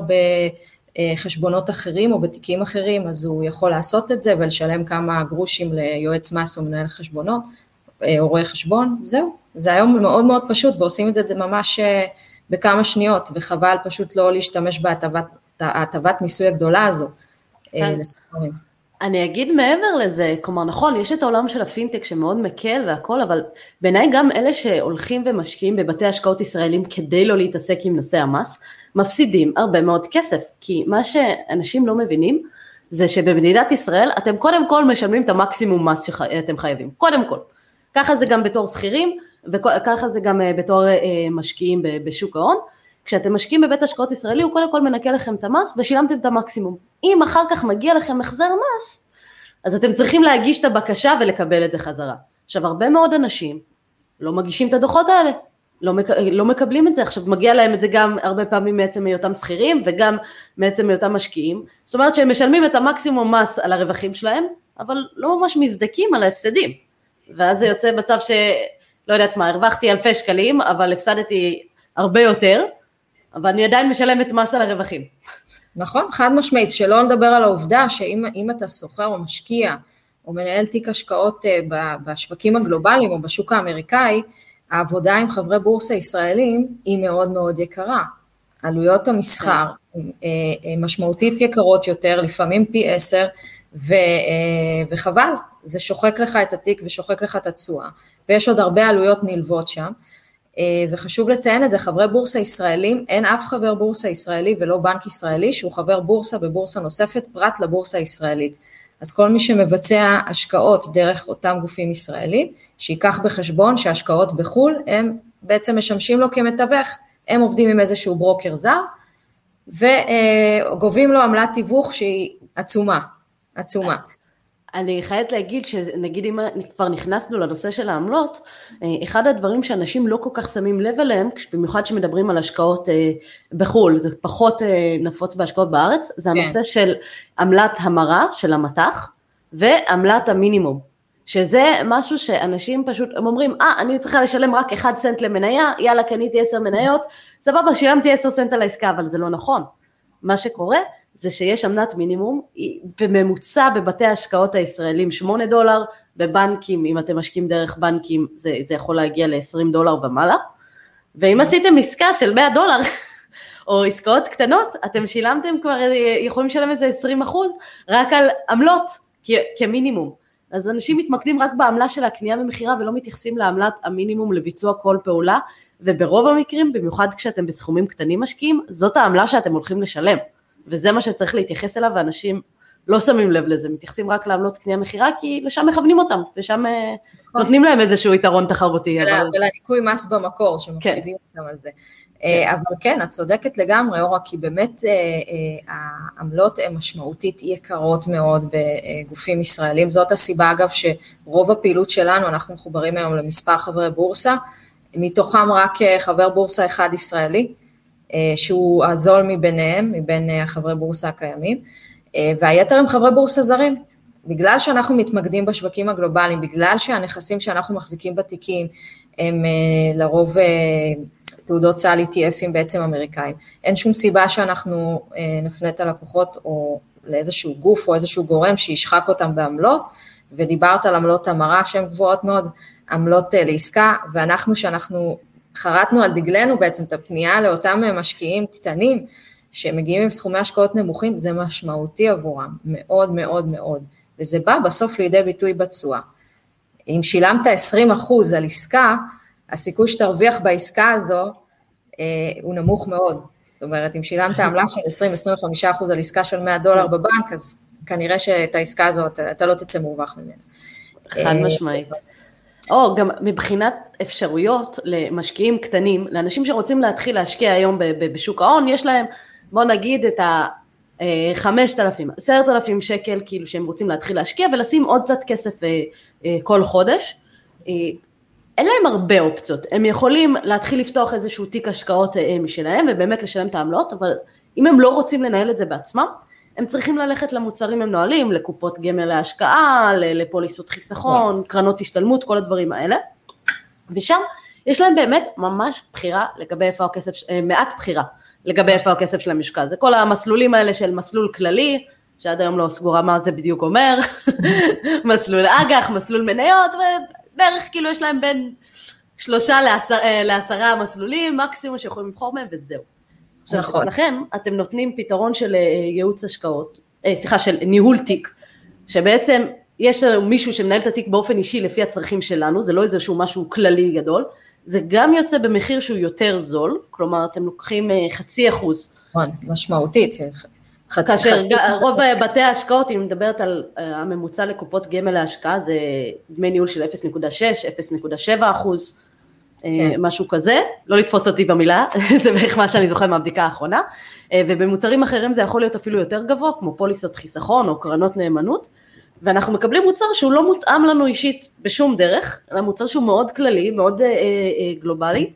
בחשבונות אחרים או בתיקים אחרים, אז הוא יכול לעשות את זה ולשלם כמה גרושים ליועץ מס או מנהל חשבונות או רואה חשבון. זהו, זה היום מאוד מאוד פשוט ועושים את זה ממש בכמה שניות, וחבל פשוט לא להשתמש בהטבת מיסוי הגדולה הזו. כן. אני אגיד מעבר לזה, כלומר נכון, יש את העולם של הפינטק שמאוד מקל והכל, אבל בעיניי גם אלה שהולכים ומשקיעים בבתי השקעות ישראלים כדי לא להתעסק עם נושא המס, מפסידים הרבה מאוד כסף, כי מה שאנשים לא מבינים, זה שבמדינת ישראל אתם קודם כל משלמים את המקסימום מס שאתם חייבים, קודם כל. ככה זה גם בתור שכירים, וככה זה גם בתור משקיעים בשוק ההון, כשאתם משקיעים בבית השקעות ישראלי, הוא קודם כל מנקה לכם את המס, ושילמתם את המקסימום. אם אחר כך מגיע לכם מחזר מס, אז אתם צריכים להגיש את הבקשה ולקבל את זה חזרה. עכשיו, הרבה מאוד אנשים לא מגישים את הדוחות האלה, לא, מק... לא מקבלים את זה. עכשיו, מגיע להם את זה גם הרבה פעמים מעצם מאותם שכירים, וגם מעצם מאותם משקיעים. זאת אומרת שהם משלמים את המקסימום מס על הרווחים שלהם, אבל לא ממש מזדקים על ההפסדים. ואז זה יוצא בצב ש... לא יודעת מה, הרווחתי אלפי שקלים, אבל הפסדתי הרבה יותר, אבל אני עדיין משלמת מס על הרווחים. נכון, חד משמעית, שלא נדבר על העובדה שאם אם אתה סוחר או משקיע, או מנהל תיק השקעות בשווקים הגלובליים או בשוק האמריקאי, העבודה עם חברי בורסה ישראלים היא מאוד מאוד יקרה. עלויות המסחר משמעותית יקרות יותר, לפעמים פי עשר, וחבל, זה שוחק לך את התיק ושוחק לך את התשואה, ויש עוד הרבה עלויות נלוות שם, וחשוב לציין את זה, חברי בורסה ישראלים, אין אף חבר בורסה ישראלי ולא בנק ישראלי, שהוא חבר בורסה בבורסה נוספת, פרט לבורסה הישראלית. אז כל מי שמבצע השקעות דרך אותם גופים ישראלים, שיקח בחשבון שהשקעות בחול, הם בעצם משמשים לו כמתווך, הם עובדים עם איזשהו ברוקר זר, וגובים לו עמלת תיווך שהיא עצומה, עצומה. אני חייבת להגיד שנגיד אם כבר נכנסנו לנושא של העמלות, אחד הדברים שאנשים לא כל כך שמים לב אליהם, במיוחד שמדברים על השקעות בחול, זה פחות נפוץ בהשקעות בארץ, זה הנושא של עמלת המרה של המתח, ועמלת המינימום, שזה משהו שאנשים פשוט, הם אומרים, אה, אני צריכה לשלם רק אחד סנט למניה, יאללה, קניתי עשר מניות, סבבה, שילמתי עשר סנט על העסקה, אבל זה לא נכון. מה שקורה, זה שיש עמלת מינימום, בממוצע בבתי ההשקעות הישראלים שמונה דולר, בבנקים, אם אתם משקיעים דרך בנקים, זה, זה יכול להגיע ל-עשרים דולר ומעלה, ואם עשיתם עסקה של מאה דולר, או עסקאות קטנות, אתם שילמתם כבר, יכולים לשלם את זה עשרים אחוז, רק על עמלות, כ- כמינימום. אז אנשים מתמקדים רק בעמלה של הקנייה ומחירה, ולא מתייחסים לעמלת המינימום לביצוע כל פעולה, וברוב המקרים, במיוחד כשאתם בסכומים קטנים משקיעים, זאת העמלה שאתם הולכים לשלם. וזה מה שצריך להתייחס אליו, ואנשים לא שמים לב לזה, מתייחסים רק לעמלות קנייה מחירה, כי לשם מכוונים אותם, ושם נותנים להם איזשהו יתרון תחרותי. ולניקוי מס במקור, שמפחידים אותם על זה. אבל כן, את צודקת לגמרי, אורה, כי באמת העמלות הן משמעותית יקרות מאוד בגופים ישראלים, זאת הסיבה אגב שרוב הפעילות שלנו, אנחנו מחוברים היום למספר חברי בורסה, מתוכם רק חבר בורסה אחד ישראלי, שהוא הזול מביניהם, מבין החברי בורסה הקיימים, והיתר הם חברי בורסה זרים. בגלל שאנחנו מתמקדים בשווקים הגלובליים, בגלל שהנכסים שאנחנו מחזיקים בתיקים, הם לרוב תעודות סל אי טי אפים בעצם אמריקאים. אין שום סיבה שאנחנו נפנה את הלקוחות או לאיזשהו גוף או איזשהו גורם שישחק אותם בעמלות, ודיברת על עמלות המרה שהן גבוהות מאוד, עמלות לעסקה, ואנחנו שאנחנו חרטנו על דגלנו בעצם את הפנייה לאותם משקיעים קטנים, שמגיעים עם סכומי השקעות נמוכים, זה משמעותי עבורם, מאוד מאוד מאוד, וזה בא בסוף לידי ביטוי בתשואה. אם שילמת עשרים אחוז על עסקה, הסיכוי שתרוויח בעסקה הזו, אה, הוא נמוך מאוד. זאת אומרת, אם שילמת עמלה של עשרים עד עשרים וחמישה אחוז על עסקה של מאה דולר בבנק, אז כנראה שאת העסקה הזו, אתה, אתה לא תצא מורווח ממנה. חד משמעית. או גם מבחינת אפשרויות למשקיעים קטנים, לאנשים שרוצים להתחיל להשקיע היום בשוק ההון, יש להם, בוא נגיד את ה-חמשת אלפים, עשרת אלפים שקל, כאילו שהם רוצים להתחיל להשקיע, ולשים עוד קצת כסף כל חודש. אין להם הרבה אופציות, הם יכולים להתחיל לפתוח איזשהו תיק השקעות משלהם, ובאמת לשלם את העמלות, אבל אם הם לא רוצים לנהל את זה בעצמם, הם צריכים ללכת למוצרים הם נועלים, לקופות גמל להשקעה, לפוליסות חיסכון, קרנות השתלמות, כל הדברים האלה, ושם יש להם באמת ממש בחירה לגבי איפה הכסף, מעט בחירה לגבי איפה הכסף שלהם יושקע, זה כל המסלולים האלה של מסלול כללי, שעד היום לא סגורה מה זה בדיוק אומר, מסלול אג"ח, מסלול מניות, ובערך כאילו יש להם בין שלושה לעשר, לעשרה מסלולים, מקסימום שיכולים לבחור מהם וזהו. עכשיו, נכון. לכם, אתם נותנים פתרון של ייעוץ השקעות, סליחה, של ניהול תיק, שבעצם יש לנו מישהו שמנהל את התיק באופן אישי לפי הצרכים שלנו, זה לא איזשהו משהו כללי גדול, זה גם יוצא במחיר שהוא יותר זול, כלומר, אתם לוקחים חצי אחוז. נכון, משמעותית. כאשר רוב בתי ההשקעות, אם מדברת על הממוצע לקופות גמל להשקעה, זה דמי ניהול של אפס נקודה שש, אפס נקודה שבע אחוז, משהו כזה, לא לתפוס אותי במילה, זה בערך מה שאני זוכר מהבדיקה האחרונה, ובמוצרים אחרים זה יכול להיות אפילו יותר גבוה, כמו פוליסות חיסכון או קרנות נאמנות, ואנחנו מקבלים מוצר שהוא לא מותאם לנו אישית בשום דרך, אלא מוצר שהוא מאוד כללי, מאוד גלובלי,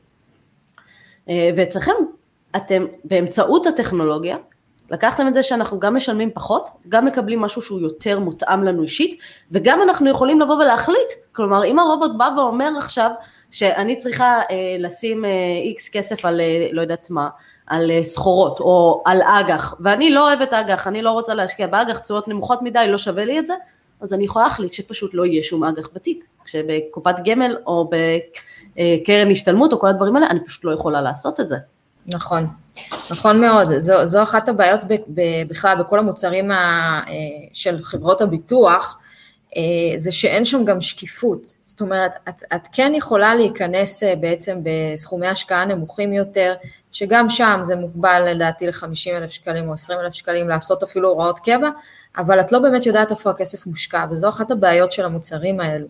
ואצלכם, אתם באמצעות הטכנולוגיה, לקחתם את זה שאנחנו גם משלמים פחות, גם מקבלים משהו שהוא יותר מותאם לנו אישית, וגם אנחנו יכולים לבוא ולהחליט, כלומר, אם הרובוט בא ואומר עכשיו, שאני צריכה אה, לשים איקס אה, כסף על, אה, לא יודעת מה, על אה, סחורות, או על אג"ח, ואני לא אוהבת אג"ח, אני לא רוצה להשקיע באג"ח, תשואות נמוכות מדי, לא שווה לי את זה, אז אני יכולה להחליט שפשוט לא יהיה שום אג"ח בתיק, כשבקופת גמל, או בקרן השתלמות, או כל הדברים האלה, אני פשוט לא יכולה לעשות את זה. נכון, נכון מאוד, זו, זו אחת הבעיות ב, ב, בכלל, בכל המוצרים ה, של חברות הביטוח, זה שאין שם גם שקיפות, זאת אומרת, את, את כן יכולה להיכנס בעצם בסכומי השקעה נמוכים יותר, שגם שם זה מוגבל לדעתי ל-חמישים אלף שקלים או עשרים אלף שקלים, לעשות אפילו הוראות קבע, אבל את לא באמת יודעת איפה הכסף מושקע, וזו אחת הבעיות של המוצרים האלו,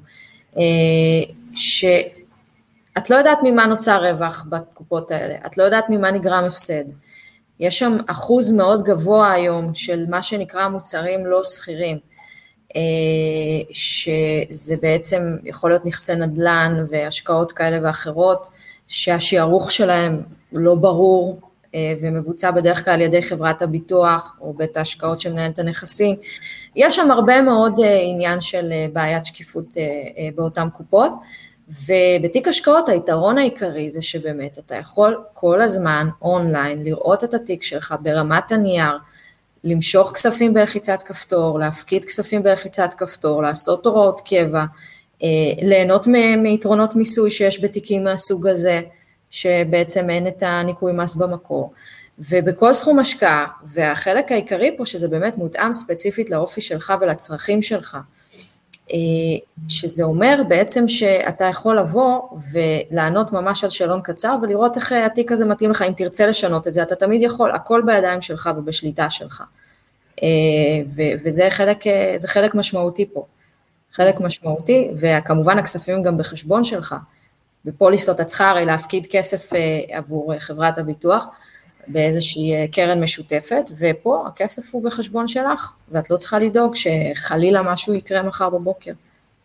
שאת לא יודעת ממה נוצר רווח בקופות האלה, את לא יודעת ממה נגרם הפסד, יש שם אחוז מאוד גבוה היום של מה שנקרא מוצרים לא סחירים, שזה בעצם יכול להיות נכסי נדל"ן והשקעות כאלה ואחרות, שהשיערוך שלהם לא ברור ומבוצע בדרך כלל על ידי חברת הביטוח או בית ההשקעות שמנהלת הנכסים. יש שם הרבה מאוד עניין של בעיית שקיפות באותן קופות, ובתיק השקעות היתרון העיקרי זה שבאמת אתה יכול כל הזמן אונליין לראות את התיק שלך ברמת הנייר, למשוך כספים בלחיצת כפתור, להפקיד כספים בלחיצת כפתור, לעשות הוראות קבע, ליהנות מיתרונות מיסוי שיש בתיקים מהסוג הזה, שבעצם אין את הניקוי מס במקור, ובכל סכום השקעה, והחלק העיקרי פה שזה באמת מותאם ספציפית לאופי שלך ולצרכים שלך, שזה אומר בעצם שאתה יכול לבוא ולענות ממש על שאלון קצר, ולראות איך התיק הזה מתאים לך, אם תרצה לשנות את זה, אתה תמיד יכול, הכל בידיים שלך ובשליטה שלך, וזה חלק, זה חלק משמעותי פה, חלק משמעותי, וכמובן הכספים גם בחשבון שלך, בפוליסות את צריכה הרי להפקיד כסף עבור חברת הביטוח, באיזושהי קרן משותפת, ופה הכסף הוא בחשבון שלך, ואת לא צריכה לדאוג שחלילה משהו יקרה מחר בבוקר.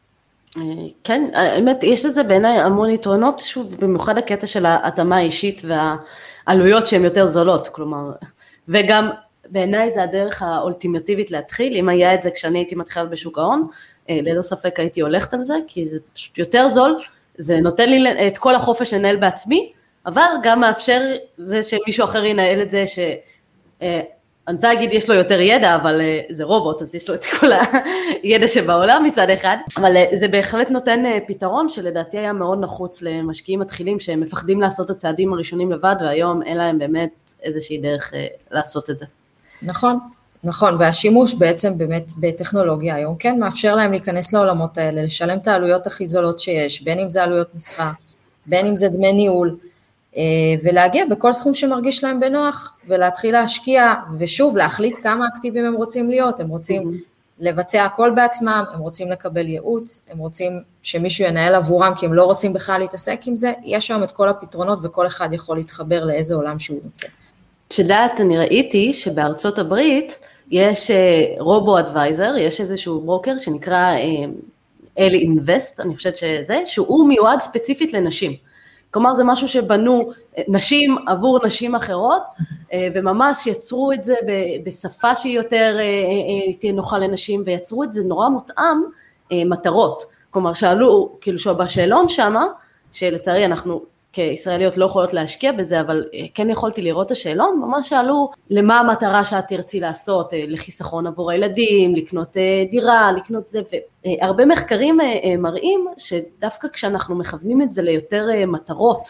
כן, האמת, יש לזה בעיניי המון יתרונות, שוב, במיוחד הקטע של ההתאמה האישית והעלויות שהן יותר זולות, כלומר, וגם בעיניי זה הדרך האולטימטיבית להתחיל, אם היה את זה כשאני הייתי מתחילה בשוק ההון, ללא ספק הייתי הולכת על זה, כי זה פשוט יותר זול, זה נותן לי את כל החופש לנהל בעצמי, אבל גם מאפשר זה שמישהו אחר ינהל את זה, ש... אני רוצה להגיד, יש לו יותר ידע, אבל זה רובוט, אז יש לו את כל הידע שבעולם מצד אחד, אבל זה בהחלט נותן פתרון, שלדעתי היה מאוד נחוץ למשקיעים מתחילים, שהם מפחדים לעשות את הצעדים הראשונים לבד, והיום אין להם באמת איזושהי דרך לעשות את זה. נכון, נכון, והשימוש בעצם באמת בטכנולוגיה היום, כן, מאפשר להם להיכנס לעולמות האלה, לשלם את העלויות הכי זולות שיש, בין אם זה עלויות מסחר, בין אם זה דמי ניהול, ולהגיע בכל סכום שמרגיש להם בנוח, ולהתחיל להשקיע, ושוב, להחליט כמה אקטיביים הם רוצים להיות, הם רוצים לבצע הכל בעצמם, הם רוצים לקבל ייעוץ, הם רוצים שמישהו ינהל עבורם, כי הם לא רוצים בכלל להתעסק עם זה, יש שם את כל הפתרונות, וכל אחד יכול להתחבר לאיזה עולם שהוא רוצה. שדעת, אני ראיתי שבארצות הברית, יש רובו אדוויזר, יש איזשהו ברוקר שנקרא אלי אינבסט, אני חושבת שזה, שהוא מיועד ספציפית לנשים. כלומר, זה משהו שבנו נשים עבור נשים אחרות, וממש יצרו את זה בשפה שהיא יותר תהיה נוחה לנשים, ויצרו את זה נורא מותאם מטרות. כלומר, שאלו, כאילו שבשאלון שמה, שלצערי אנחנו כישראליות לא יכולות להשקיע בזה, אבל כן יכולתי לראות את השאלון, ממש שאלו למה המטרה שאת תרצי לעשות, לחיסכון עבור הילדים, לקנות דירה, לקנות זה, והרבה מחקרים מראים שדווקא כשאנחנו מכוונים את זה ליותר מטרות,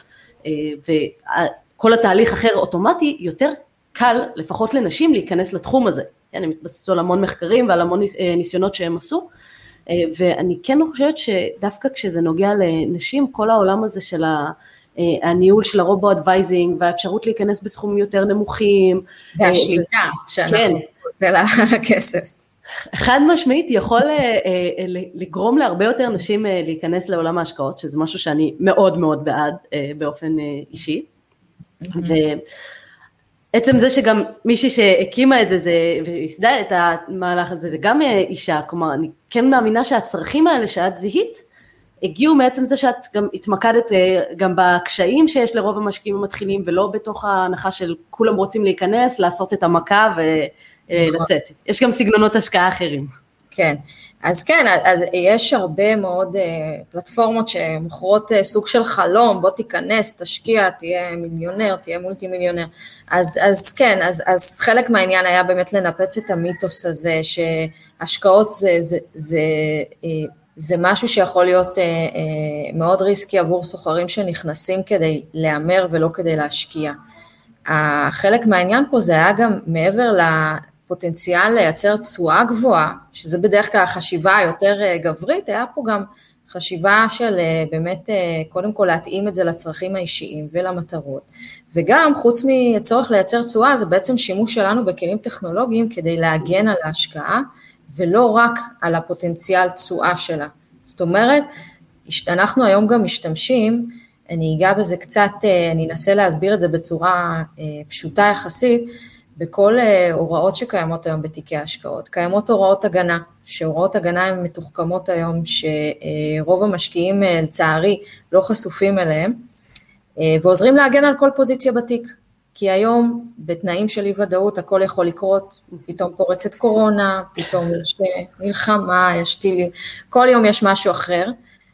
וכל התהליך אחר אוטומטי, יותר קל לפחות לנשים להיכנס לתחום הזה. הם מתבססו על המון מחקרים ועל המון ניסיונות שהם עשו, ואני כן חושבת שדווקא כשזה נוגע לנשים, כל העולם הזה של ה... הניהול של הרובו אדוויזינג, והאפשרות להיכנס בסכומים יותר נמוכים. והשליטה שאנחנו נותן לה הכסף. חד משמעית יכול לגרום להרבה יותר נשים להיכנס לעולם ההשקעות, שזה משהו שאני מאוד מאוד בעד באופן אישי. ועצם זה שגם מישהי שהקימה את זה, והסדה את המהלך הזה, זה גם אישה, כלומר, אני כן מאמינה שהצרכים האלה שאת זיהית, הגיעו מעצם זה שאת גם התמקדת גם בקשיים שיש לרוב המשקיעים המתחילים, ולא בתוך ההנחה של כולם רוצים להיכנס, לעשות את המכה ולצאת. יש גם סגנונות השקעה אחרים. כן, אז כן, אז יש הרבה מאוד פלטפורמות שמוכרות סוג של חלום, בוא תיכנס, תשקיע, תהיה מיליונר, תהיה מולטי מיליונר. אז, אז כן, אז, אז חלק מהעניין היה באמת לנפץ את המיתוס הזה, שהשקעות זה, זה, זה, זה משהו שיכול להיות מאוד ריסקי עבור סוחרים שנכנסים כדי להיאמר ולא כדי להשקיע. החלק מהעניין פה זה היה גם מעבר לפוטנציאל לייצר תשואה גבוהה, שזה בדרך כלל החשיבה היותר גברית, היה פה גם חשיבה של באמת קודם כל להתאים את זה לצרכים האישיים ולמטרות, וגם חוץ מצורך לייצר תשואה, זה בעצם שימוש שלנו בכלים טכנולוגיים כדי להגן על ההשקעה, ולא רק על הפוטנציאל תשואה שלה. זאת אומרת, אנחנו היום גם משתמשים, אני אגע בזה קצת, אני אנסה להסביר את זה בצורה פשוטה יחסית, בכל הוראות שקיימות היום בתיקי ההשקעות. קיימות הוראות הגנה, שהוראות הגנה הן מתוחכמות היום, שרוב המשקיעים לצערי לא חשופים אליהם, ועוזרים להגן על כל פוזיציה בתיק. כי היום בתנאים של אי ודאות הכל יכול לקרות, פתאום פורצת קורונה, פתאום יש מלחמה, יש טילים, כל יום יש משהו אחר,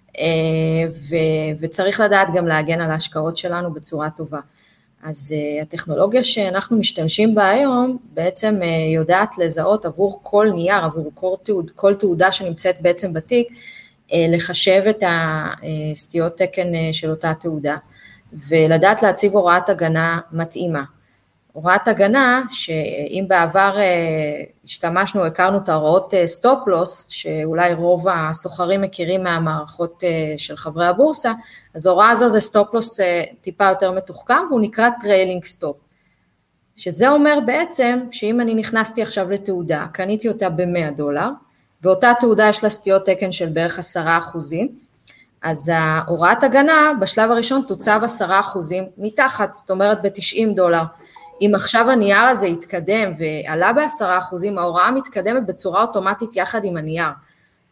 וצריך לדעת גם להגן על ההשקעות שלנו בצורה טובה. אז הטכנולוגיה שאנחנו משתמשים בה היום, בעצם יודעת לזהות עבור כל נייר, עבור כל, תעוד, כל תעודה שנמצאת בעצם בתיק, לחשב את הסטיות תקן של אותה תעודה, ולדעת להציב הוראת הגנה מתאימה. הוראת הגנה, שאם בעבר השתמשנו, הכרנו את ההוראות סטופ לוס, שאולי רוב הסוחרים מכירים מהמערכות של חברי הבורסה, אז ההוראה הזו זה סטופ לוס טיפה יותר מתוחכם, והוא נקרא טריילינג סטופ. שזה אומר בעצם, שאם אני נכנסתי עכשיו לתעודה, קניתי אותה ב-מאה דולר, ואותה תעודה יש לה סטיות תקן של בערך עשרה אחוזים, אז ההוראת הגנה בשלב הראשון תוצב עשרה אחוזים מתחת, זאת אומרת ב-תשעים דולר. אם עכשיו הנייר הזה יתקדם ועלה ב-עשרה אחוזים, ההוראה מתקדמת בצורה אוטומטית יחד עם הנייר.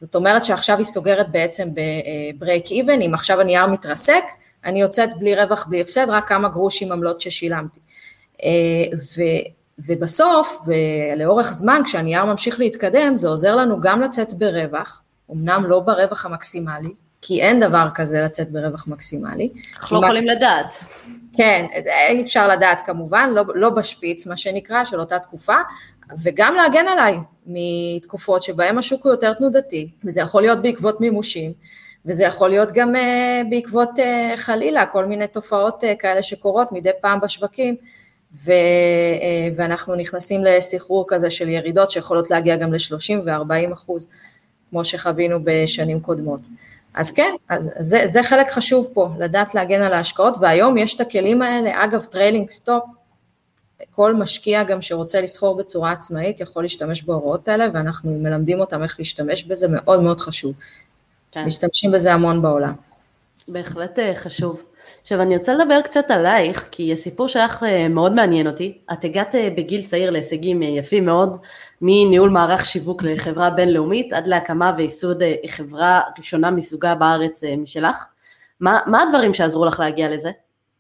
זאת אומרת שעכשיו היא סוגרת בעצם ב-break even, אם עכשיו הנייר מתרסק, אני יוצאת בלי רווח, בלי הפסד, רק כמה גרושים עמלות ששילמתי. ו, ובסוף, לאורך זמן, כשהנייר ממשיך להתקדם, זה עוזר לנו גם לצאת ברווח, אמנם לא ברווח המקסימלי, כי אין דבר כזה לצאת ברווח מקסימלי. אנחנו לא יכולים לדעת. כן, אי אפשר לדעת כמובן, לא, לא בשפיץ, מה שנקרא, של אותה תקופה, וגם להגן עליי מתקופות שבהם השוק הוא יותר תנודתי, וזה יכול להיות בעקבות מימושים, וזה יכול להיות גם uh, בעקבות uh, חלילה, כל מיני תופעות uh, כאלה שקורות מדי פעם בשווקים, ו, uh, ואנחנו נכנסים לסחרור כזה של ירידות שיכולות להגיע גם ל-שלושים ו-ארבעים אחוז, כמו שחווינו בשנים קודמות. אז כן, אז זה, זה חלק חשוב פה, לדעת להגן על ההשקעות, והיום יש את הכלים האלה, אגב, טריילינג סטופ, כל משקיע גם שרוצה לסחור בצורה עצמאית, יכול להשתמש בהוראות האלה, ואנחנו מלמדים אותם איך להשתמש בזה, מאוד מאוד חשוב. כן. משתמשים בזה המון בעולם. בהחלט חשוב. עכשיו אני רוצה לדבר קצת עלייך, כי הסיפור שלך מאוד מעניין אותי. את הגעת בגיל צעיר להישגים יפים מאוד, מניהול מערך שיווק לחברה בינלאומית, עד להקמה וייסוד חברה ראשונה מסוגה בארץ משלך. מה, מה הדברים שעזרו לך להגיע לזה?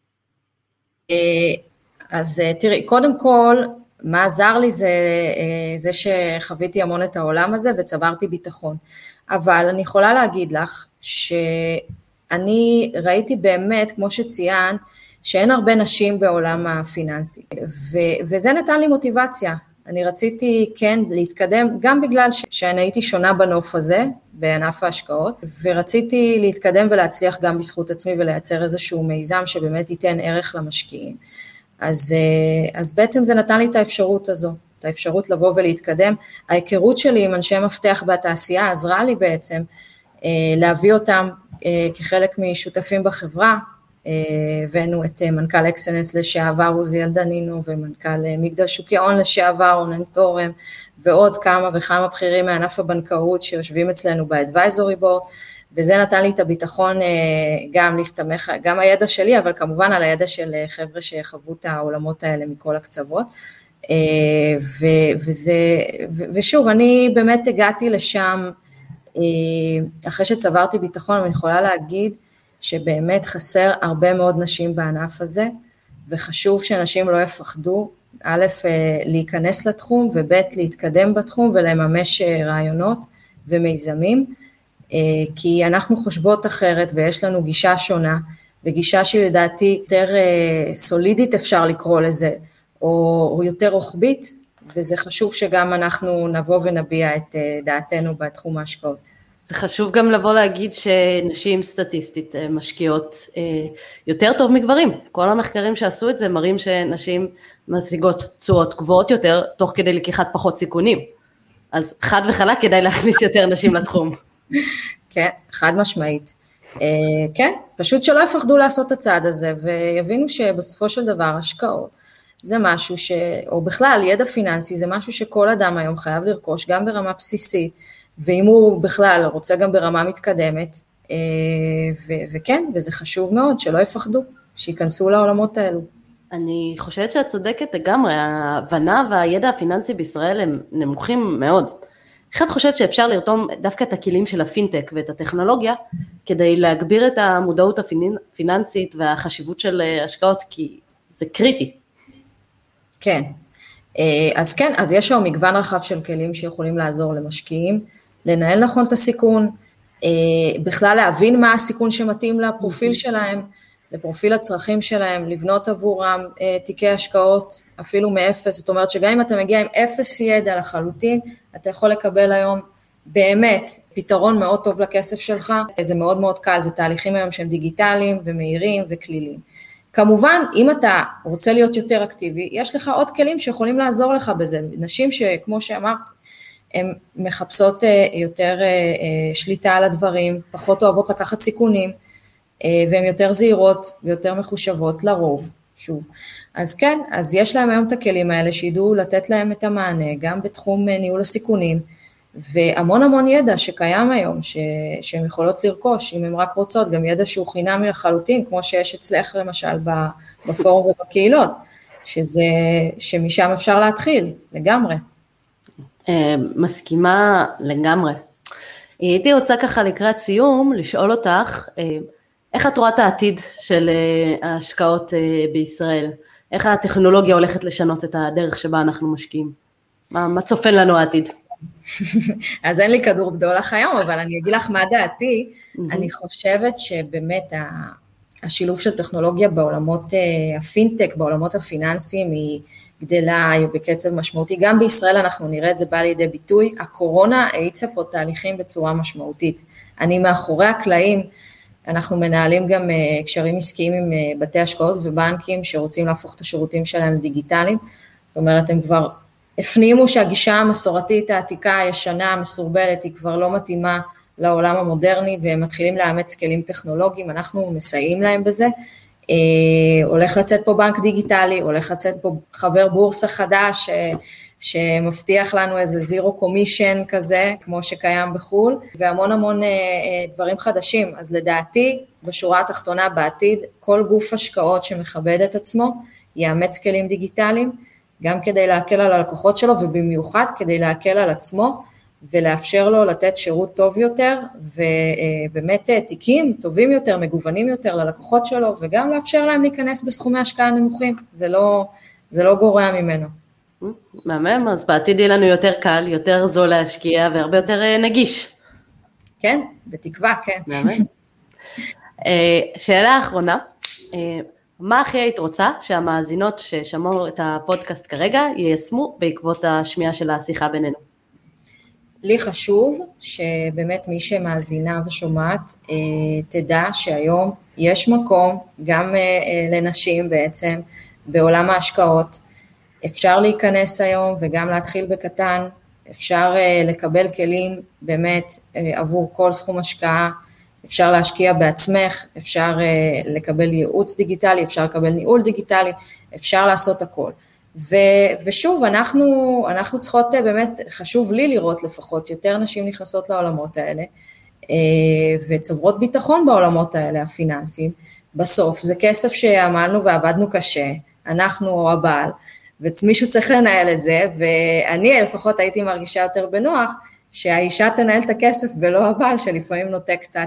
אז תראי, קודם כל, מה עזר לי זה, זה שחוויתי המון את העולם הזה וצברתי ביטחון. אבל אני יכולה להגיד לך שאני ראיתי באמת, כמו שציינת, שאין הרבה נשים בעולם הפיננסי, ו- וזה נתן לי מוטיבציה. אני רציתי כן להתקדם, גם בגלל שאני הייתי שונה בנוף הזה, בענף ההשקעות, ורציתי להתקדם ולהצליח גם בזכות עצמי ולייצר איזשהו מיזם שבאמת ייתן ערך למשקיעים. אז, אז בעצם זה נתן לי את האפשרות הזו, את האפשרות לבוא ולהתקדם. ההיכרות שלי עם אנשי מפתח בתעשייה עזרה לי בעצם להביא אותם כחלק משותפים בחברה, הבאנו את מנכ"ל אקסלנס לשעבר עוזי אלדנינו, ומנכ"ל מגדל שוקי ההון לשעבר רונן תורם, ועוד כמה וכמה בכירים מענף הבנקאות שיושבים אצלנו באדוויזורי בורד, וזה נתן לי את הביטחון גם להסתמך, גם הידע שלי, אבל כמובן על הידע של חבר'ה שחוו את העולמות האלה מכל הקצוות, וזה, ושוב, אני באמת הגעתי לשם, אחרי שצברתי ביטחון, אני יכולה להגיד, שבאמת חסר הרבה מאוד נשים בענף הזה, וחשוב שאנשים לא יפחדו, א', להיכנס לתחום, וב', להתקדם בתחום ולממש רעיונות ומיזמים, כי אנחנו חושבות אחרת ויש לנו גישה שונה, וגישה שלדעתי יותר סולידית אפשר לקרוא לזה, או יותר רוחבית, וזה חשוב שגם אנחנו נבוא ונביע את דעתנו בתחום ההשקעות. זה חשוב גם לבוא להגיד שנשים סטטיסטית משקיעות יותר טוב מגברים. כל המחקרים שעשו את זה מראים שנשים משיגות תשואות גבוהות יותר, תוך כדי לקיחת פחות סיכונים. אז חד וחלק כדאי להכניס יותר נשים לתחום. כן, חד משמעית. כן, פשוט שלא יפחדו לעשות את הצעד הזה, ויבינו שבסופו של דבר השקעות זה משהו ש... או בכלל ידע פיננסי זה משהו שכל אדם היום חייב לרכוש, גם ברמה בסיסית, ואם הוא בכלל רוצה גם ברמה מתקדמת, ו- וכן, וזה חשוב מאוד, שלא יפחדו, שיכנסו לעולמות האלו. אני חושבת שאת צודקת לגמרי, ההבנה והידע הפיננסי בישראל הם נמוכים מאוד. איך את חושבת שאפשר לרתום דווקא את הכלים של הפינטק ואת הטכנולוגיה, כדי להגביר את המודעות הפיננסית והחשיבות של השקעות, כי זה קריטי. כן, אז כן, אז יש היום מגוון רחב של כלים שיכולים לעזור למשקיעים, לנהל נכון את הסיכון, בכלל להבין מה הסיכון שמתאים לפרופיל שלהם, לפרופיל הצרכים שלהם, לבנות עבורם תיקי השקעות, אפילו מאפס, זאת אומרת שגם אם אתה מגיע עם אפס ידע לחלוטין, אתה יכול לקבל היום באמת פתרון מאוד טוב לכסף שלך, זה מאוד מאוד קל, זה תהליכים היום שהם דיגיטליים ומהירים וכליליים. כמובן, אם אתה רוצה להיות יותר אקטיבי, יש לך עוד כלים שיכולים לעזור לך בזה, נשים שכמו שאמרת, הן מחפשות יותר שליטה על הדברים, פחות אוהבות לקחת סיכונים, והן יותר זהירות ויותר מחושבות לרוב, שוב. אז כן, אז יש להם היום את הכלים האלה שידעו לתת להם את המענה, גם בתחום ניהול הסיכונים, והמון המון ידע שקיים היום, ש... שהן יכולות לרכוש, אם הן רק רוצות, גם ידע שהוא חינמי לחלוטין, כמו שיש אצלך למשל בפורום ובקהילות, שזה, שמשם אפשר להתחיל, לגמרי. מסכימה לגמרי. הייתי רוצה ככה לקראת סיום, לשאול אותך, איך את רואה את העתיד של ההשקעות בישראל? איך הטכנולוגיה הולכת לשנות את הדרך שבה אנחנו משקיעים? מה, מה צופן לנו העתיד? אז אין לי כדור בדולח היום, אבל אני אגיד לך מה דעתי. אני חושבת שבאמת השילוב של טכנולוגיה בעולמות הפינטק, בעולמות הפיננסיים, היא גדלה בקצב משמעותי. גם בישראל אנחנו נראה את זה בא לידי ביטוי. הקורונה האיצה פה תהליכים בצורה משמעותית. אני מאחורי הקלעים, אנחנו מנהלים גם קשרים עסקיים עם בתי השקעות ובנקים שרוצים להפוך את השירותים שלהם לדיגיטליים. זאת אומרת, הם כבר הפנימו שהגישה המסורתית, העתיקה, הישנה, המסורבלת, היא כבר לא מתאימה לעולם המודרני, והם מתחילים לאמץ כלים טכנולוגיים, אנחנו מסייעים להם בזה. אה, הולך לצאת פה בנק דיגיטלי, הולך לצאת פה חבר בורסה חדש, אה, שמבטיח לנו איזה זירו קומישן כזה, כמו שקיים בחול, והמון המון אה, אה, דברים חדשים. אז לדעתי, בשורה התחתונה בעתיד, כל גוף השקעות שמכבד את עצמו, יאמץ כלים דיגיטליים, גם כדי להקל על הלקוחות שלו, ובמיוחד כדי להקל על עצמו, ולאפשר לו לתת שירות טוב יותר, ובאמת תיקים טובים יותר, מגוונים יותר ללקוחות שלו, וגם לאפשר להם להיכנס בסכומי השקעה נמוכים, זה לא, זה לא גורע ממנו. מהמם, אז בעתיד יהיה לנו יותר קל, יותר זול להשקיע, והרבה יותר נגיש. כן, בתקווה, כן. מהמם. שאלה האחרונה, מה הכי היית רוצה שהמאזינות ששמעו את הפודקאסט כרגע יישמו בעקבות השמיעה של השיחה בינינו? לי חשוב שבאמת מי שמאזינה ושומעת תדע שהיום יש מקום גם לנשים בעצם בעולם ההשקעות. אפשר להיכנס היום וגם להתחיל בקטן, אפשר לקבל כלים באמת עבור כל סכום השקעה, אפשר להשקיע בעצמך, אפשר לקבל ייעוץ דיגיטלי, אפשר לקבל ניהול דיגיטלי, אפשר לעשות הכל. ו, ושוב, אנחנו, אנחנו צריכות, באמת חשוב לי לראות לפחות יותר נשים נכנסות לעולמות האלה, וצוברות ביטחון בעולמות האלה, הפיננסיים. בסוף זה כסף שעמלנו ועבדנו קשה, אנחנו או הבעל, ומישהו צריך לנהל את זה, ואני לפחות הייתי מרגישה יותר בנוח, שהאישה תנהל את הכסף ולא הבעל, שלפעמים נוטה קצת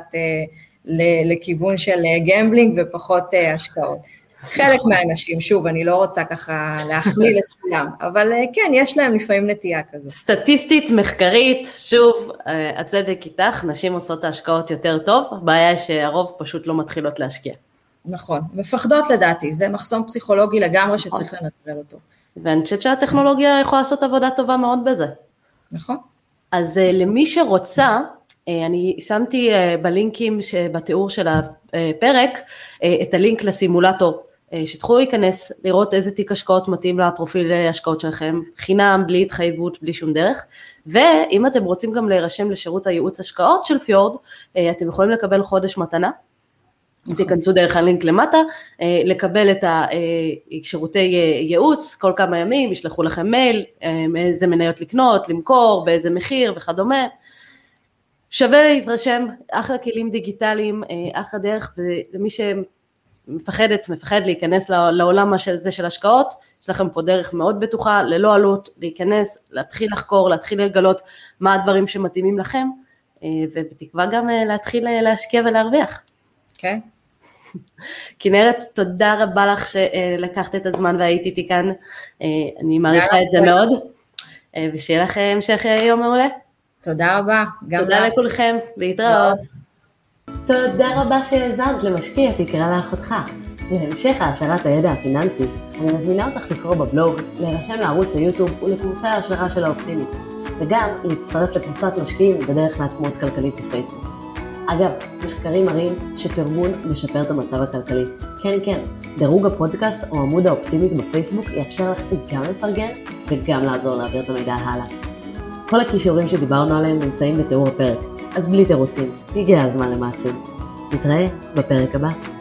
לכיוון של גמבלינג ופחות השקעות. חלק מהאנשים, שוב, אני לא רוצה ככה להכליל את כולם, אבל כן, יש להם לפעמים נטייה כזו. סטטיסטית, מחקרית, שוב, הצדק איתך, נשים עושות את ההשקעות יותר טוב, הבעיה היא שהרוב פשוט לא מתחילות להשקיע. נכון, מפחדות לדעתי, זה מחסום פסיכולוגי לגמרי שצריך לנטרל אותו. ואני חושבת שהטכנולוגיה יכולה לעשות עבודה טובה מאוד בזה. נכון. אז למי שרוצה, אני שמתי בלינקים בתיאור של הפרק, את הלינק לסימולטור, שתוכלו להיכנס, לראות איזה תיק השקעות מתאים לפרופיל השקעות שלכם, חינם, בלי התחייבות, בלי שום דרך, ואם אתם רוצים גם להירשם לשירות הייעוץ השקעות של פיורד, אתם יכולים לקבל חודש מתנה, תיכנסו דרך הלינק למטה, לקבל את השירותי ייעוץ, כל כמה ימים, ישלחו לכם מייל, איזה מניות לקנות, למכור, באיזה מחיר וכדומה, שווה להתרשם, אחלה כלים דיגיטליים, אחלה דרך, ולמי שמפחדת, מפחד להיכנס לעולם הזה של השקעות, יש לכם פה דרך מאוד בטוחה, ללא עלות, להיכנס, להתחיל לחקור, להתחיל לגלות מה הדברים שמתאימים לכם, ובתקווה גם להתחיל להשקיע ולהרוויח. כן. כנרת, תודה רבה לך שלקחת את הזמן והיית איתי כאן, אני מעריכה את זה מאוד, ושיהיה לך המשך יום מעולה. תודה רבה. תודה לכולכם, להתראות. תודה רבה שהאזנת למשקיע תקרא לאחותך. להמשך העשרת הידע הפיננסי, אני מזמינה אותך לקרוא בבלוג, להירשם לערוץ היוטיוב ולקורסי ההשערה של האופטימית, וגם להצטרף לקבוצת משקיעים בדרך לעצמאות כלכלית בפייסבוק. אגב, מחקרים מראים שפרגון משפר את המצב הכלכלי. כן, כן, דירוג הפודקאסט או עמוד האופטימית בפייסבוק יאפשר לך גם לפרגן וגם לעזור להעביר את המידע הלאה. כל הכישורים שדיברנו עליהם נמצאים בתיאור הפרק, אז בלי תירוצים, הגיע הזמן למעשים. נתראה בפרק הבא.